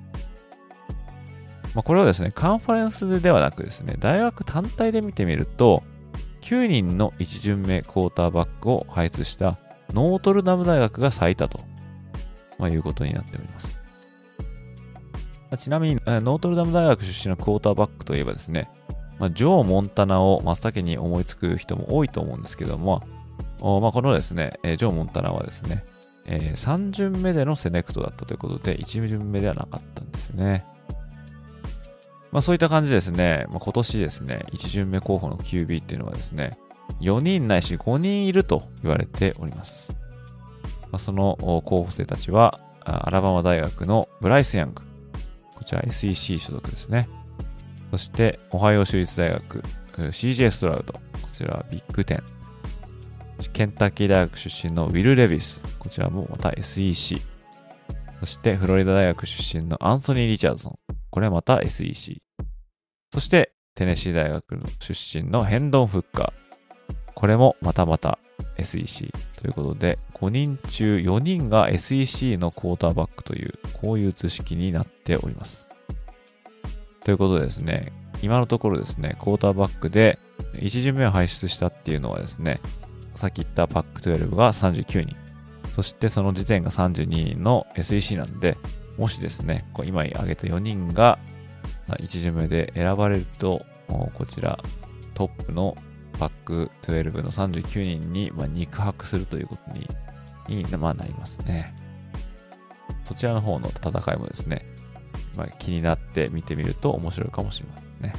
A: まあ、これをですね、カンファレンスではなくですね、大学単体で見てみると、きゅうにんのいち巡目クォーターバックを輩出したノートルダム大学が最多と、まあ、いうことになっております。ちなみに、ノートルダム大学出身のクォーターバックといえばですね、まあ、ジョー・モンタナを真っ先に思いつく人も多いと思うんですけども、まあ、このですね、ジョー・モンタナはですね、えー、さん巡目でのセレクトだったということで、いち巡目ではなかったんですよね。まあ、そういった感じですね、まあ、今年ですね、いち巡目候補の キュービー っていうのはですね、よにんないしごにんいると言われております。まあ、その候補生たちは、アラバマ大学のブライス・ヤング、こちら エスイーシー 所属ですね。そして、オハイオ州立大学、シージェー ストラウド、こちらはビッグテン。ケンタッキー大学出身のウィル・レビス、こちらもまた エスイーシー。 そしてフロリダ大学出身のアンソニー・リチャードソン。これはまた エスイーシー。そしてテネシー大学の出身のヘンドン・フッカー。これもまたまた エスイーシー ということで、ごにん中よにんが エスイーシー のクォーターバックという、こういう図式になっております。ということでですね、今のところですね、クォーターバックでいち巡目を輩出したっていうのはですね、さっき言ったパックじゅうにがさんじゅうきゅうにん、そしてその時点がさんじゅうににんの エスイーシー なんで、もしですね、こう今挙げたよにんがいち巡目で選ばれると、こちらトップのパックじゅうにのさんじゅうきゅうにんに、まあ、肉薄するということに、にまあ、なりますね。そちらの方の戦いもですね、まあ、気になって見てみると面白いかもしれませんね。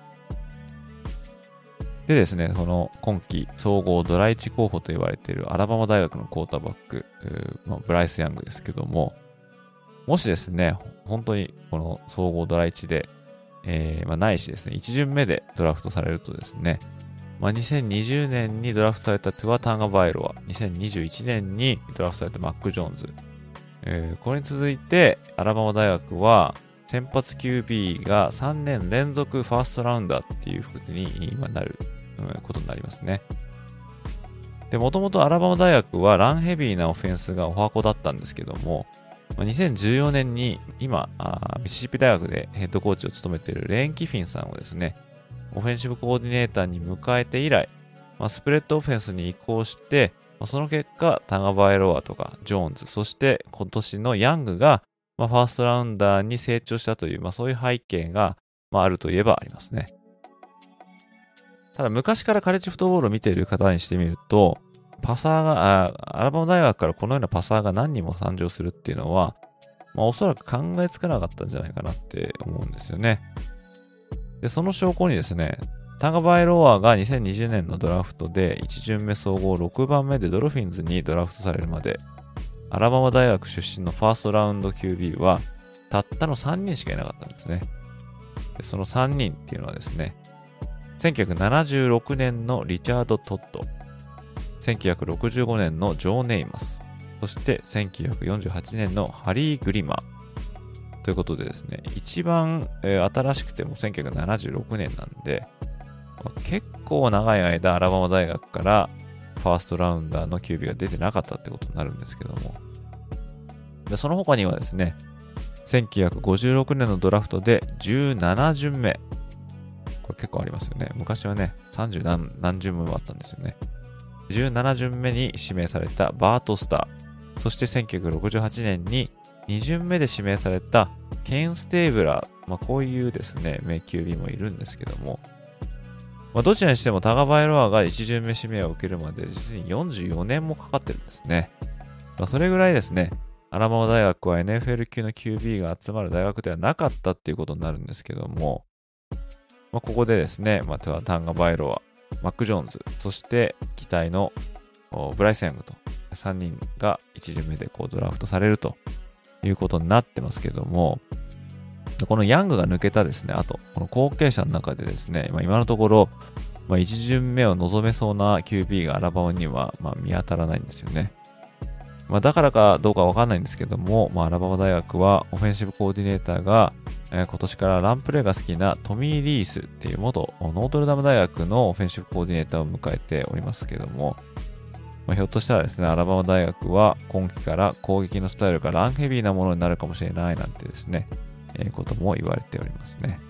A: でですね、その今季総合ドラいち候補と言われているアラバマ大学のクォーターバック、まあ、ブライス・ヤングですけども、もしですね、本当にこの総合ドラいちで、えーまあ、ないしですね、いち巡目でドラフトされるとですね、まあ、にせんにじゅうねんにドラフトされたトゥア・タンガバイロア、にせんにじゅういちねんにドラフトされたマック・ジョーンズ、えー、これに続いてアラバマ大学は先発 キュービー がさんねん連続ファーストラウンダーっていうことに今なる、うん、ことになりますね。で、もともとアラバマ大学はランヘビーなオフェンスがおはこだったんですけども、にせんじゅうよねんに今ミシシッピ大学でヘッドコーチを務めているレーン・キフィンさんをですね、オフェンシブコーディネーターに迎えて以来、まあ、スプレッドオフェンスに移行して、まあ、その結果、タガバエロアとかジョーンズ、そして今年のヤングが、まあ、ファーストラウンダーに成長したという、まあ、そういう背景が、まあ、あるといえばありますね。ただ、昔からカレッジフットボールを見ている方にしてみると、パサーが、あアラバマ大学からこのようなパサーが何人も誕生するっていうのは、まあ、おそらく考えつかなかったんじゃないかなって思うんですよね。で、その証拠にですね、タガバエロアがにせんにじゅうねんのドラフトでいち巡目総合ろくばんめでドルフィンズにドラフトされるまで、アラバマ大学出身のファーストラウンド キュービー はたったのさんにんしかいなかったんですね。で、そのさんにんっていうのはですね、せんきゅうひゃくななじゅうろくねんのリチャード・トッド、せんきゅうひゃくろくじゅうごねんのジョー・ネイマス、そしてせんきゅうひゃくよんじゅうはちねんのハリー・グリマー。ということでですね、一番、えー、新しくてもせんきゅうひゃくななじゅうろくねんなんで、まあ、結構長い間アラバマ大学からファーストラウンダーの キュービー が出てなかったってことになるんですけども、でその他にはですね、せんきゅうひゃくごじゅうろくねんのドラフトでじゅうなな巡目、これ結構ありますよね。昔はね、さんじゅう何、何巡目もあったんですよね。じゅうなな巡目に指名されたバート・スター、そしてせんきゅうひゃくろくじゅうはちねんにに巡目で指名されたケン・ステーブラー、まあ、こういうですね、名 キュービー もいるんですけども、まあ、どちらにしてもタガバエロアがいち巡目指名を受けるまで実によんじゅうよねんもかかってるんですね。まあ、それぐらいですね、アラバマ大学は エヌエフエル 級の キュービー が集まる大学ではなかったっていうことになるんですけども、まあ、ここでですね、まあ、タンガバエロア、マック・ジョーンズ、そして期待のブライス・ヤングとさんにんがいち巡目でこうドラフトされるということになってますけども、このヤングが抜けたですね、あと、この後継者の中でですね、まあ、今のところ、まあ、いち巡目を望めそうな キュービー がアラバマにはまあ見当たらないんですよね。まあ、だからかどうかわかんないんですけども、まあ、アラバマ大学はオフェンシブコーディネーターが、えー、今年からランプレーが好きなトミー・リースっていう元ノートルダム大学のオフェンシブコーディネーターを迎えておりますけども、まあ、ひょっとしたらですね、アラバマ大学は今季から攻撃のスタイルがランヘビーなものになるかもしれないなんてですね、えー、ことも言われておりますね。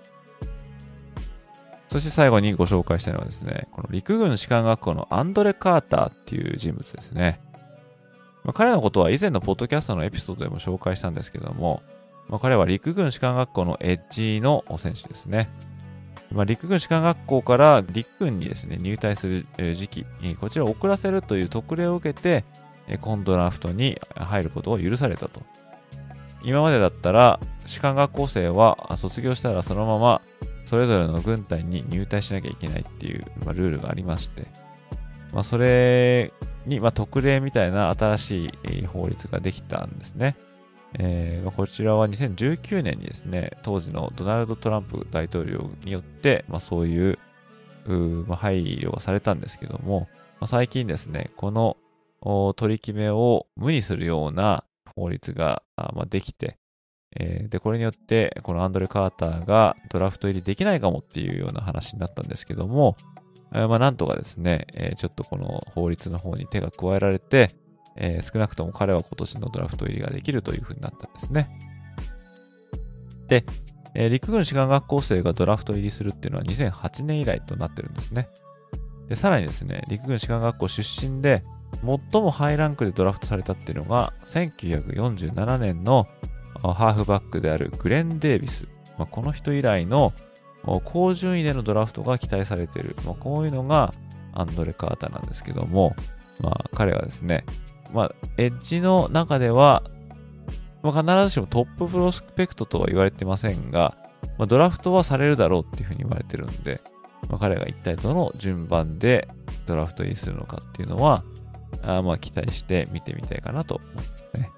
A: そして最後にご紹介したいのはですね、この陸軍士官学校のアンドレ・カーターっていう人物ですね。まあ、彼のことは以前のポッドキャストのエピソードでも紹介したんですけども、まあ、彼は陸軍士官学校のエッジの選手ですね。まあ、陸軍士官学校から陸軍にですね、入隊する時期、こちらを遅らせるという特例を受けて、今ドラフトに入ることを許されたと。今までだったら、士官学校生は卒業したらそのままそれぞれの軍隊に入隊しなきゃいけないっていう、まあ、ルールがありまして、まあ、それに、まあ、特例みたいな新しい法律ができたんですね。えー、こちらはにせんじゅうきゅうねんにですね、当時のドナルド・トランプ大統領によって、まあ、そういう、うまあ、配慮がされたんですけども、まあ、最近ですね、この取り決めを無にするような法律が、あまあ、できて、えー、で、これによって、このアンドレ・カーターがドラフト入りできないかもっていうような話になったんですけども、えー、まあ、なんとかですね、えー、ちょっとこの法律の方に手が加えられて、えー、少なくとも彼は今年のドラフト入りができるというふうになったんですね。で、えー、陸軍士官学校生がドラフト入りするっていうのはにせんはちねん以来となってるんですね。で、さらにですね、陸軍士官学校出身で最もハイランクでドラフトされたっていうのがせんきゅうひゃくよんじゅうななねんのハーフバックであるグレン・デイビス。まあ、この人以来の高順位でのドラフトが期待されている。まあ、こういうのがアンドレ・カーターなんですけども、まあ、彼はですね、まあ、エッジの中では、まあ、必ずしもトッププロスペクトとは言われてませんが、まあ、ドラフトはされるだろうっていうふうに言われてるんで、まあ、彼が一体どの順番でドラフト入りするのかっていうのは、あまあ期待して見てみたいかなと思いますね。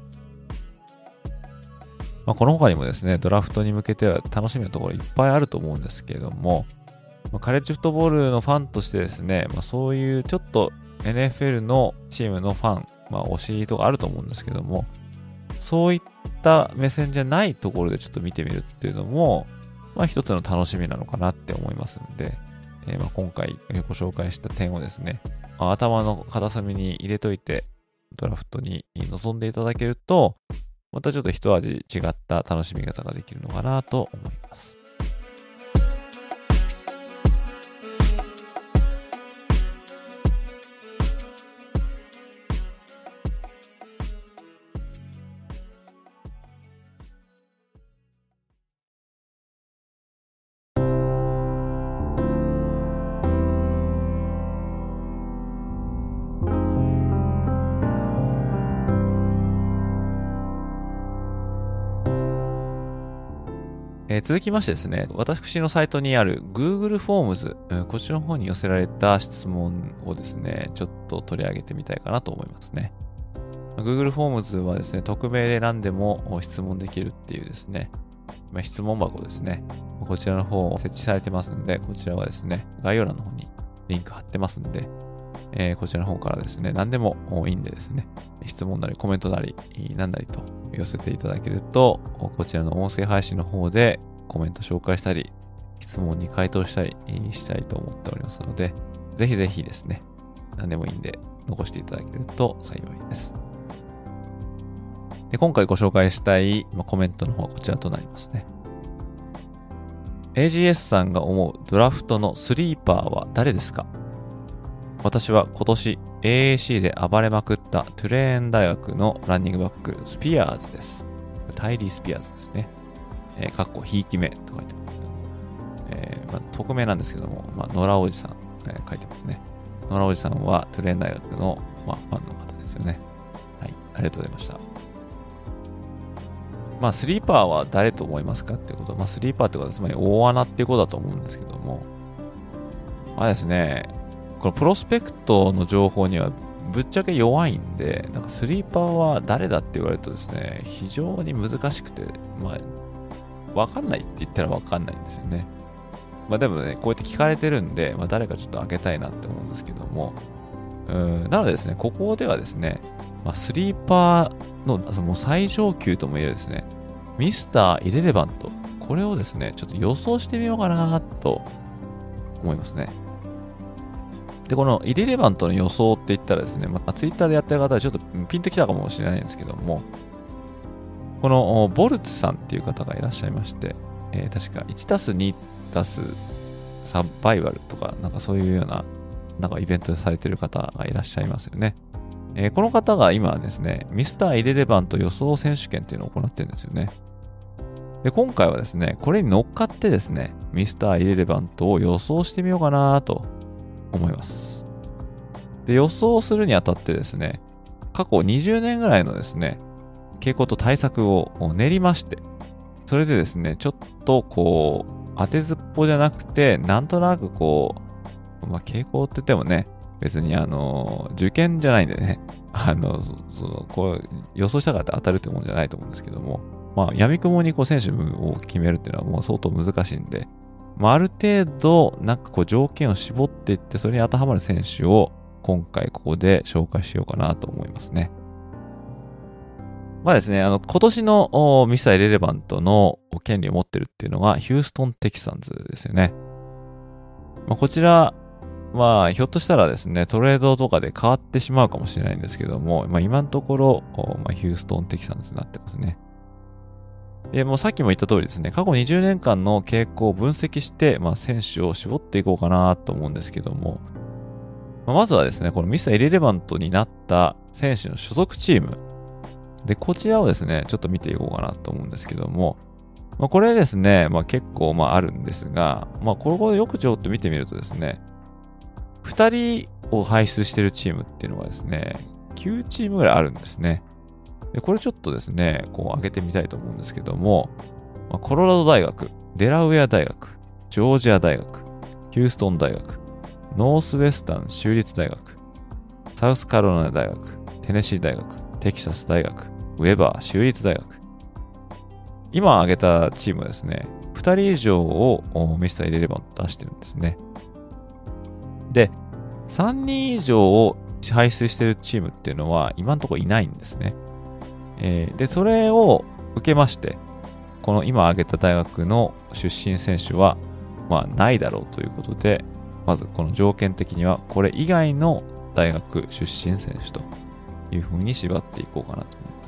A: まあ、この他にもですね、ドラフトに向けては楽しみなところいっぱいあると思うんですけれども、まあ、カレッジフットボールのファンとしてですね、まあ、そういうちょっと エヌエフエル のチームのファン、まあ、推しとかあると思うんですけども、そういった目線じゃないところでちょっと見てみるっていうのも、まあ一つの楽しみなのかなって思いますんで、えー、まあ今回ご紹介した点をですね、まあ、頭の片隅に入れといてドラフトに臨んでいただけると、またちょっと一味違った楽しみ方ができるのかなと思います。えー、続きましてですね、私のサイトにある Google フォームズ、うん、こちらの方に寄せられた質問をですね、ちょっと取り上げてみたいかなと思いますね。Google フォームズはですね、匿名で何でも質問できるっていうですね、まあ、質問箱ですね。こちらの方設置されてますんで、こちらはですね、概要欄の方にリンク貼ってますんで、えー、こちらの方からですね、何でもいいんでですね、質問なりコメントなり何なりと寄せていただけると、こちらの音声配信の方でコメント紹介したり、質問に回答したりしたいと思っておりますので、ぜひぜひですね、何でもいいんで残していただけると幸いです。で、今回ご紹介したいコメントの方はこちらとなりますね。エージーエス さんが思うドラフトのスリーパーは誰ですか？私は今年 エーエーシー で暴れまくったトゥレーン大学のランニングバック、スピアーズです。タイリー・スピアーズですね。えー、かっこひいき目と書いてますけども、えーまあ、匿名なんですけども、まあ、野良おじさん、えー、書いてますね。野良おじさんはトゥレーン大学の、まあ、ファンの方ですよね。はい、ありがとうございました。まあ、スリーパーは誰と思いますかっていうこと、まあ、スリーパーってことはつまり大穴っていうことだと思うんですけども、まあですね、このプロスペクトの情報にはぶっちゃけ弱いんで、なんかスリーパーは誰だって言われるとですね、非常に難しくて、まあ、わかんないって言ったらわかんないんですよね。まあでもね、こうやって聞かれてるんで、まあ誰かちょっと開けたいなって思うんですけども、うーんなのでですね、ここではですね、まあ、スリーパーのその最上級ともいえるですね、ミスターイレレバント、これをですね、ちょっと予想してみようかなと思いますね。で、このイレレバントの予想って言ったらですね、まあ、ツイッターでやってる方はちょっとピンときたかもしれないんですけども、このボルツさんっていう方がいらっしゃいまして、えー、確かいちたすにたすサバイバルとか、なんかそういうような、なんかイベントでされてる方がいらっしゃいますよね。えー、この方が今ですね、ミスターイレレバント予想選手権っていうのを行ってるんですよね。で、今回はですね、これに乗っかってですね、ミスターイレレバントを予想してみようかなと思います。で、予想するにあたってですね、過去にじゅうねんぐらいのですね、傾向と対策を練りまして、それでですね、ちょっとこう、当てずっぽじゃなくて、なんとなくこう、まあ、傾向って言ってもね、別にあの、受験じゃないんでね、あの、その、こう、予想したからって当たるってもんじゃないと思うんですけども、まあ、闇雲にこう、選手を決めるっていうのはもう相当難しいんで、まあ、ある程度、なんかこう、条件を絞っていって、それに当てはまる選手を、今回ここで紹介しようかなと思いますね。 まあですね、あの、今年のミスターイレレバントの権利を持ってるっていうのがヒューストン・テキサンズですよね。まあ、こちら、まあ、ひょっとしたらですね、トレードとかで変わってしまうかもしれないんですけども、まあ、今のところ、まあ、ヒューストン・テキサンズになってますね。で、もうさっきも言った通りですね、過去にじゅうねんかんの傾向を分析して、まあ、選手を絞っていこうかなと思うんですけども、まあ、まずはですね、このミスターイレレバントになった選手の所属チーム、で、こちらをですね、ちょっと見ていこうかなと思うんですけども、まあ、これですね、まあ、結構まああるんですが、まあ、これをよくちょっと見てみるとですね、ふたりを輩出しているチームっていうのがですね、きゅうチームぐらいあるんですね。で、これちょっとですね、こう上げてみたいと思うんですけども、まあ、コロラド大学、デラウェア大学、ジョージア大学、ヒューストン大学、ノースウェスタン州立大学、サウスカロライナ大学、テネシー大学、テキサス大学、ウェバー州立大学。今挙げたチームはですね、ふたり以上をミスターイレレバント出してるんですね。で、さんにん以上を輩出しているチームっていうのは今のところいないんですね。えー、で、それを受けまして、この今挙げた大学の出身選手は、まあないだろうということで、まずこの条件的にはこれ以外の大学出身選手というふうに縛っていこうかなと思います。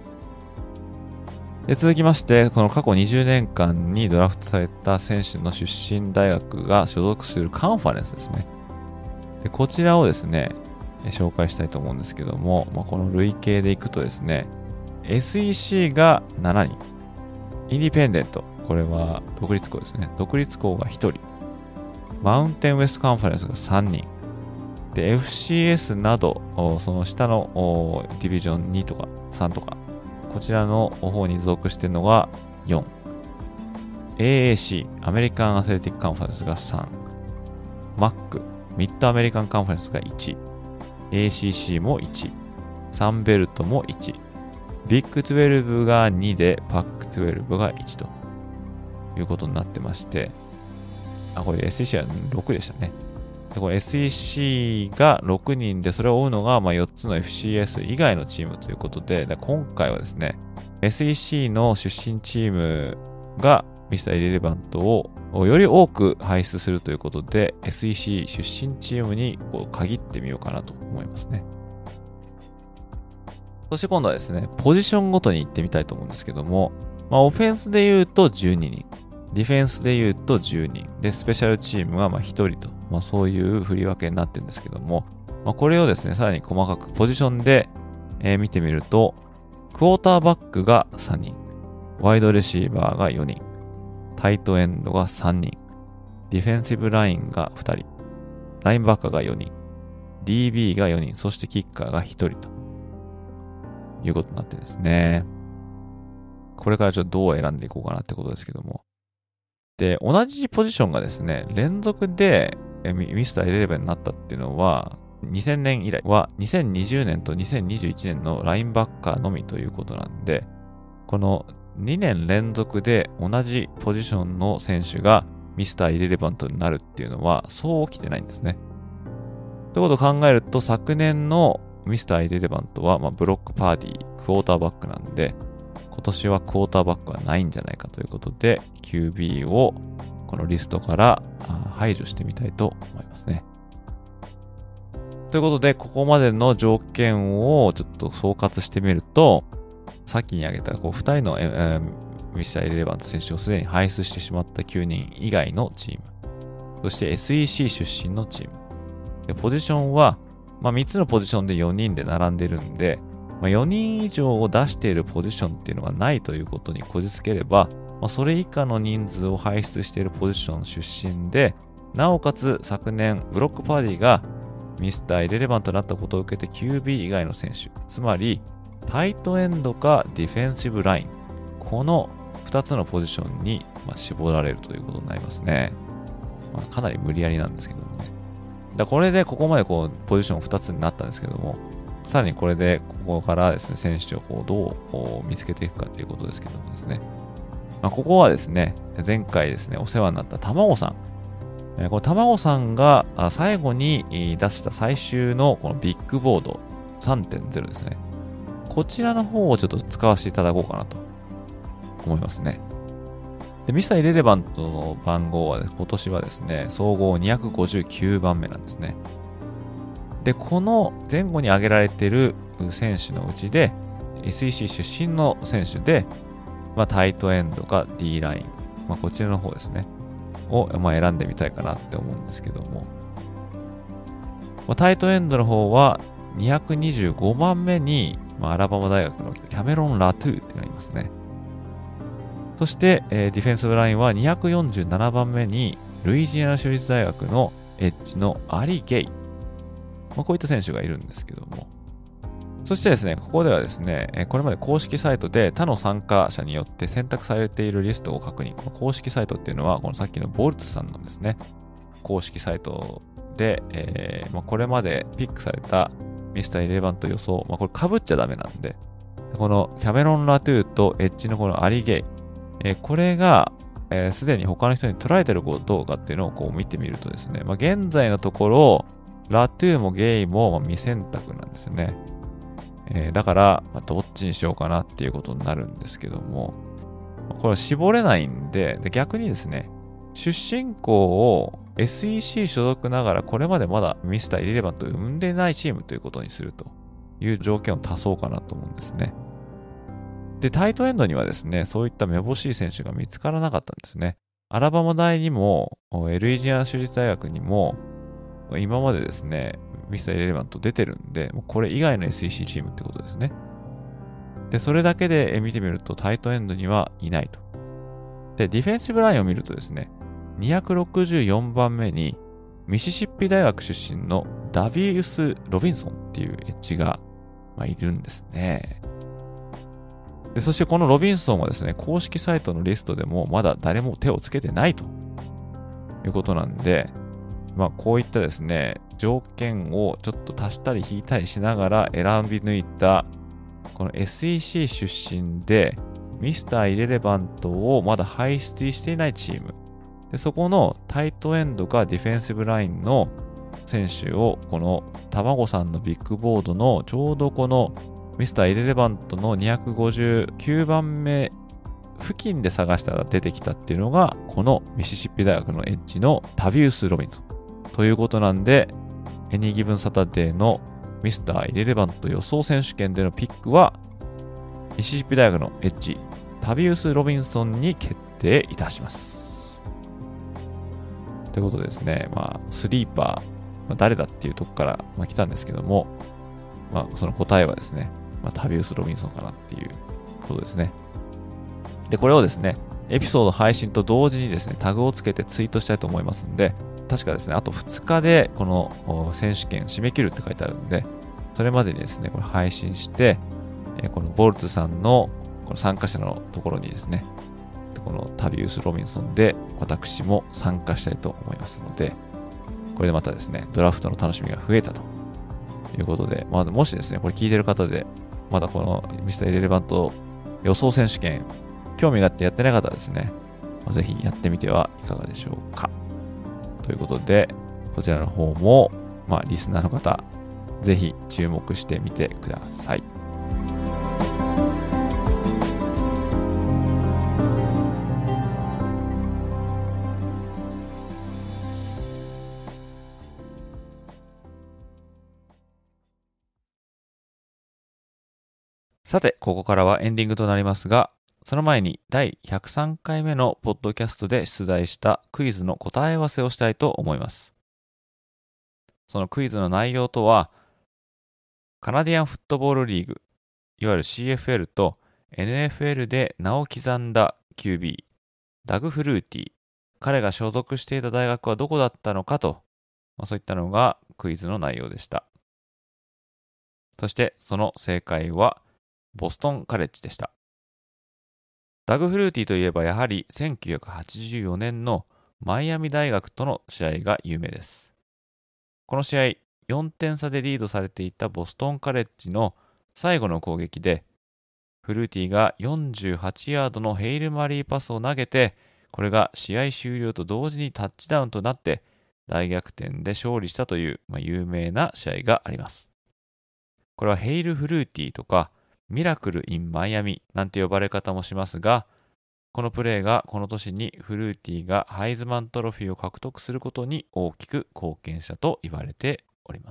A: で、続きまして、この過去にじゅうねんかんにドラフトされた選手の出身大学が所属するカンファレンスですね。で、こちらをですね、紹介したいと思うんですけども、まあ、この累計でいくとですね、エスイーシー がしちにん、インディペンデント、これは独立校ですね。独立校がひとり、マウンテンウェストカンファレンスがさんにん、で、エフシーエス など、その下のディビジョンにとかさんとか、こちらの方に属しているのがよん、エーエーシー、アメリカンアスレティックカンファレンスがさん、マック、ミッドアメリカンカンファレンスがいち、エーシーシー もいち、サンベルトもいち、ビッグじゅうにがにで、パックじゅうにがいちということになってまして、あ、これ エスイーシー はろくでしたね。で、これ エスイーシー がろくにんで、それを追うのがまあよっつの エフシーエス 以外のチームということで、で今回はですね、エスイーシー の出身チームがミスターイレレバントをより多く輩出するということで、エスイーシー 出身チームにこう限ってみようかなと思いますね。そして今度はですね、ポジションごとに行ってみたいと思うんですけども、まあ、オフェンスで言うとじゅうににん、ディフェンスで言うとじゅうにん、で、スペシャルチームがまあひとりと、まあ、そういう振り分けになってるんですけども、まあ、これをですね、さらに細かくポジションで、えー、見てみると、クォーターバックがさんにん、ワイドレシーバーがよにん、タイトエンドがさんにん、ディフェンシブラインがふたり、ラインバッカーがよにん、ディービー がよにん、そしてキッカーがひとりということになってですね。これからちょっとどう選んでいこうかなってことですけども。で、同じポジションがですね、連続でミスターイレレバンになったっていうのは、にせんねん以来はにせんにじゅうねんとにせんにじゅういちねんのラインバッカーのみということなんで、このにねん連続で同じポジションの選手がミスターイレレバントになるっていうのはそう起きてないんですね。ということを考えると、昨年のミスターイレレバントは、まあ、ブロックパーティー、クォーターバックなんで、今年はクォーターバックはないんじゃないかということで、キュービー をこのリストから排除してみたいと思いますね。ということで、ここまでの条件をちょっと総括してみると、さっきに挙げたこうふたりの、えー、ミスターイレレバント選手をすでに輩出してしまったきゅうにん以外のチーム、そして エスイーシー 出身のチーム、でポジションは、まあ、みっつのポジションでよにんで並んでるんで、まあ、よにん以上を出しているポジションっていうのがないということにこじつければ、まあ、それ以下の人数を輩出しているポジション出身で、なおかつ昨年ブロックパーティーがミスターイレレバントになったことを受けて キュービー 以外の選手、つまりタイトエンドかディフェンシブライン、このふたつのポジションにまあ絞られるということになりますね。まあ、かなり無理やりなんですけどもね。だこれでここまでこうポジションふたつになったんですけども、さらにこれでここからですね、選手をこうどう見つけていくかっていうことですけどもですね。まあ、ここはですね、前回ですね、お世話になった卵さん。えー、この卵さんが最後に出した最終のこのビッグボード さんてんゼロ ですね。 こちらの方をちょっと使わせていただこうかなと思いますね。で、ミスターイレレバントの番号は、ね、今年はですね、総合にひゃくごじゅうきゅうばんめなんですね。で、この前後に挙げられている選手のうちで、エスイーシー 出身の選手で、まあ、タイトエンドか D ライン、まあ、こちらの方ですね、を、まあ、選んでみたいかなって思うんですけども、まあ、タイトエンドの方はにひゃくにじゅうごばんめに、まあ、アラバマ大学のキャメロン・ラトゥーっていうのがいますね。そして、えー、ディフェンスブラインはにひゃくよんじゅうななばんめにルイジアナ州立大学のエッジのアリ・ゲイ、まあ、こういった選手がいるんですけども、そしてですね、ここではですね、これまで公式サイトで他の参加者によって選択されているリストを確認。この公式サイトっていうのは、このさっきのボルツさんのですね、公式サイトで、えーまあ、これまでピックされたミスターイレバント予想、まあ、これ被っちゃダメなんで、このキャメロン・ラトゥーとエッジのこのアリ・ゲイ、えー、これが、えー、すでに他の人に捉えてるかどうかっていうのをこう見てみるとですね、まあ、現在のところ、ラトゥーもゲイも未選択なんですよね。えー、だから、まあ、どっちにしようかなっていうことになるんですけども、これは絞れないんで、で逆にですね、出身校を エスイーシー 所属ながらこれまでまだミスターイレレバントを生んでないチームということにするという条件を足そうかなと思うんですね。で、タイトエンドにはですね、そういっためぼしい選手が見つからなかったんですね。アラバマ大にも、ルイジアナ州立大学にも、今までですね、ミスターイレレバント出てるんで、もうこれ以外の エスイーシー チームってことですね。で、それだけで見てみるとタイトエンドにはいないと。で、ディフェンシブラインを見るとですね、にひゃくろくじゅうよんばんめにミシシッピ大学出身のダビウス・ロビンソンっていうエッジが、まあ、いるんですね。で、そしてこのロビンソンはですね、公式サイトのリストでもまだ誰も手をつけてないということなんで、まあこういったですね、条件をちょっと足したり引いたりしながら選び抜いた、この エスイーシー 出身でミスターイレレバントをまだ輩出していないチーム。で、そこのタイトエンドかディフェンシブラインの選手を、この卵さんのビッグボードのちょうどこのミスターイレレバントのにひゃくごじゅうきゅうばんめ付近で探したら出てきたっていうのが、このミシシッピ大学のエッジのタビウス・ロビンソン。ということなんで、エニーギブンサタデーのミスターイレレバント予想選手権でのピックは、ミシシッピ大学のエッジ、タビウス・ロビンソンに決定いたします。ということでですね、まあ、スリーパー、まあ、誰だっていうとこから、まあ、来たんですけども、まあ、その答えはですね、まあ、タビウス・ロビンソンかなっていうことですね。で、これをですね、エピソード配信と同時にですね、タグをつけてツイートしたいと思いますんで、確かですね、あとふつかでこの選手権締め切るって書いてあるんで、それまでにですね、これ配信して、このボルツさんのこの参加者のところにですね、このタビウス・ロビンソンで私も参加したいと思いますので、これでまたですね、ドラフトの楽しみが増えたということで、まあ、もしですね、これ聞いてる方で、まだこのミスターイレレバント予想選手権、興味があってやってない方はですね、まあ、ぜひやってみてはいかがでしょうか。ということで、こちらの方も、まあ、リスナーの方、ぜひ注目してみてください。さて、ここからはエンディングとなりますが、その前にだいひゃくさんかいめのポッドキャストで出題したクイズの答え合わせをしたいと思います。そのクイズの内容とは、カナディアンフットボールリーグ、いわゆる シーエフエル と エヌエフエル で名を刻んだ キュービー、ダグ・フルーティー、彼が所属していた大学はどこだったのかと、まあ、そういったのがクイズの内容でした。そしてその正解はボストンカレッジでした。ダグ・フルーティーといえばやはりせんきゅうひゃくはちじゅうよねんのマイアミ大学との試合が有名です。この試合、よんてん差でリードされていたボストンカレッジの最後の攻撃で、フルーティーがよんじゅうはちヤードのヘイルマリーパスを投げて、これが試合終了と同時にタッチダウンとなって大逆転で勝利したという、まあ、有名な試合があります。これはヘイルフルーティーとかミラクル・イン・マイアミなんて呼ばれ方もしますが、このプレーがこの年にフルーティーがハイズマントロフィーを獲得することに大きく貢献したと言われております。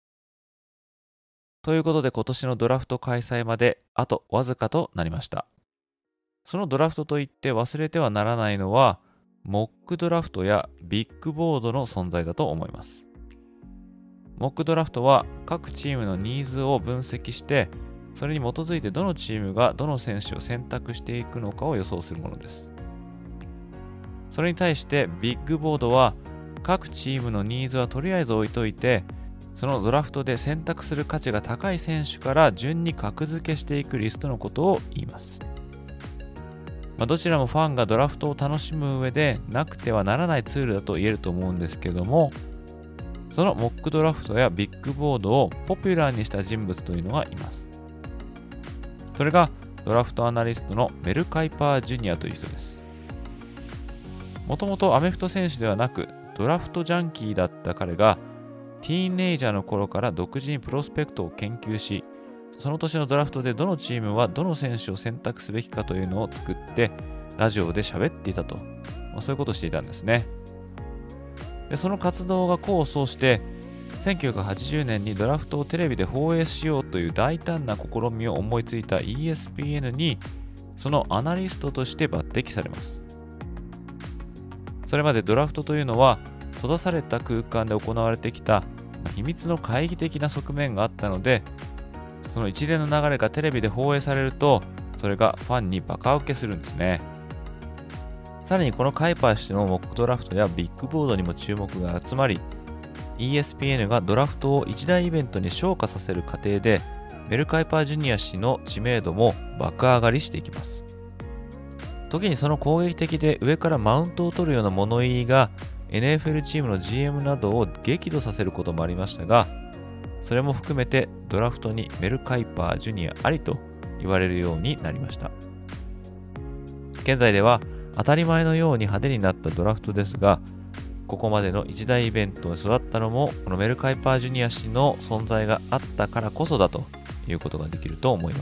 A: ということで今年のドラフト開催まであとわずかとなりました。そのドラフトといって忘れてはならないのは、モックドラフトやビッグボードの存在だと思います。モックドラフトは各チームのニーズを分析して、それに基づいてどのチームがどの選手を選択していくのかを予想するものです。それに対してビッグボードは各チームのニーズはとりあえず置いといて、そのドラフトで選択する価値が高い選手から順に格付けしていくリストのことを言います。まあ、どちらもファンがドラフトを楽しむ上でなくてはならないツールだと言えると思うんですけども、そのモックドラフトやビッグボードをポピュラーにした人物というのがいます。それがドラフトアナリストのメル・カイパー・ジュニアという人です。もともとアメフト選手ではなくドラフトジャンキーだった彼がティーンエイジャーの頃から独自にプロスペクトを研究し、その年のドラフトでどのチームはどの選手を選択すべきかというのを作ってラジオで喋っていたと、まあ、そういうことをしていたんですね。でその活動が功を奏してせんきゅうひゃくはちじゅうねんにドラフトをテレビで放映しようという大胆な試みを思いついた イーエスピーエヌ にそのアナリストとして抜擢されます。それまでドラフトというのは閉ざされた空間で行われてきた秘密の会議的な側面があったので、その一連の流れがテレビで放映されるとそれがファンにバカ受けするんですね。さらにこのカイパー氏のモックドラフトやビッグボードにも注目が集まり、 イーエスピーエヌ がドラフトを一大イベントに昇華させる過程でメル・カイパー・ジュニア氏の知名度も爆上がりしていきます。時にその攻撃的で上からマウントを取るような物言いが エヌエフエル チームの ジーエム などを激怒させることもありましたが、それも含めてドラフトにメル・カイパー・ジュニアありと言われるようになりました。現在では当たり前のように派手になったドラフトですが、ここまでの一大イベントに育ったのもこのメル・カイパー・ジュニア氏の存在があったからこそだということができると思います。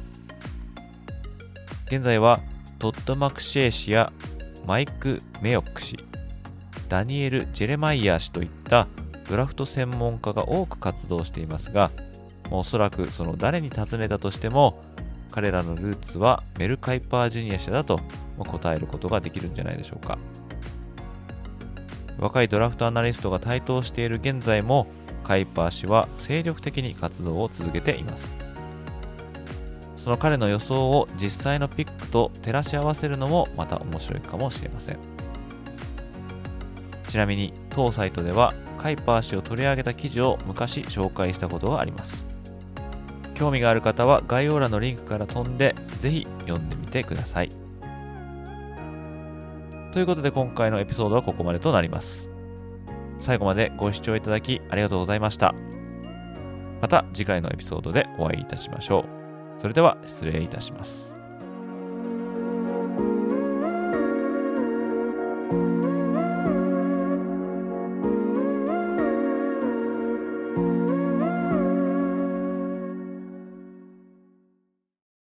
A: 現在はトッド・マクシェイ氏やマイク・メヨック氏、ダニエル・ジェレマイヤー氏といったドラフト専門家が多く活動していますが、おそらくその誰に尋ねたとしても彼らのルーツはメル・カイパー・ジュニア氏だと答えることができるんじゃないでしょうか。若いドラフトアナリストが台頭している現在もカイパー氏は精力的に活動を続けています。その彼の予想を実際のピックと照らし合わせるのもまた面白いかもしれません。ちなみに当サイトではカイパー氏を取り上げた記事を昔紹介したことがあります。興味がある方は概要欄のリンクから飛んでぜひ読んでみてください。ということで今回のエピソードはここまでとなります。最後までご視聴いただきありがとうございました。また次回のエピソードでお会いいたしましょう。それでは失礼いたします。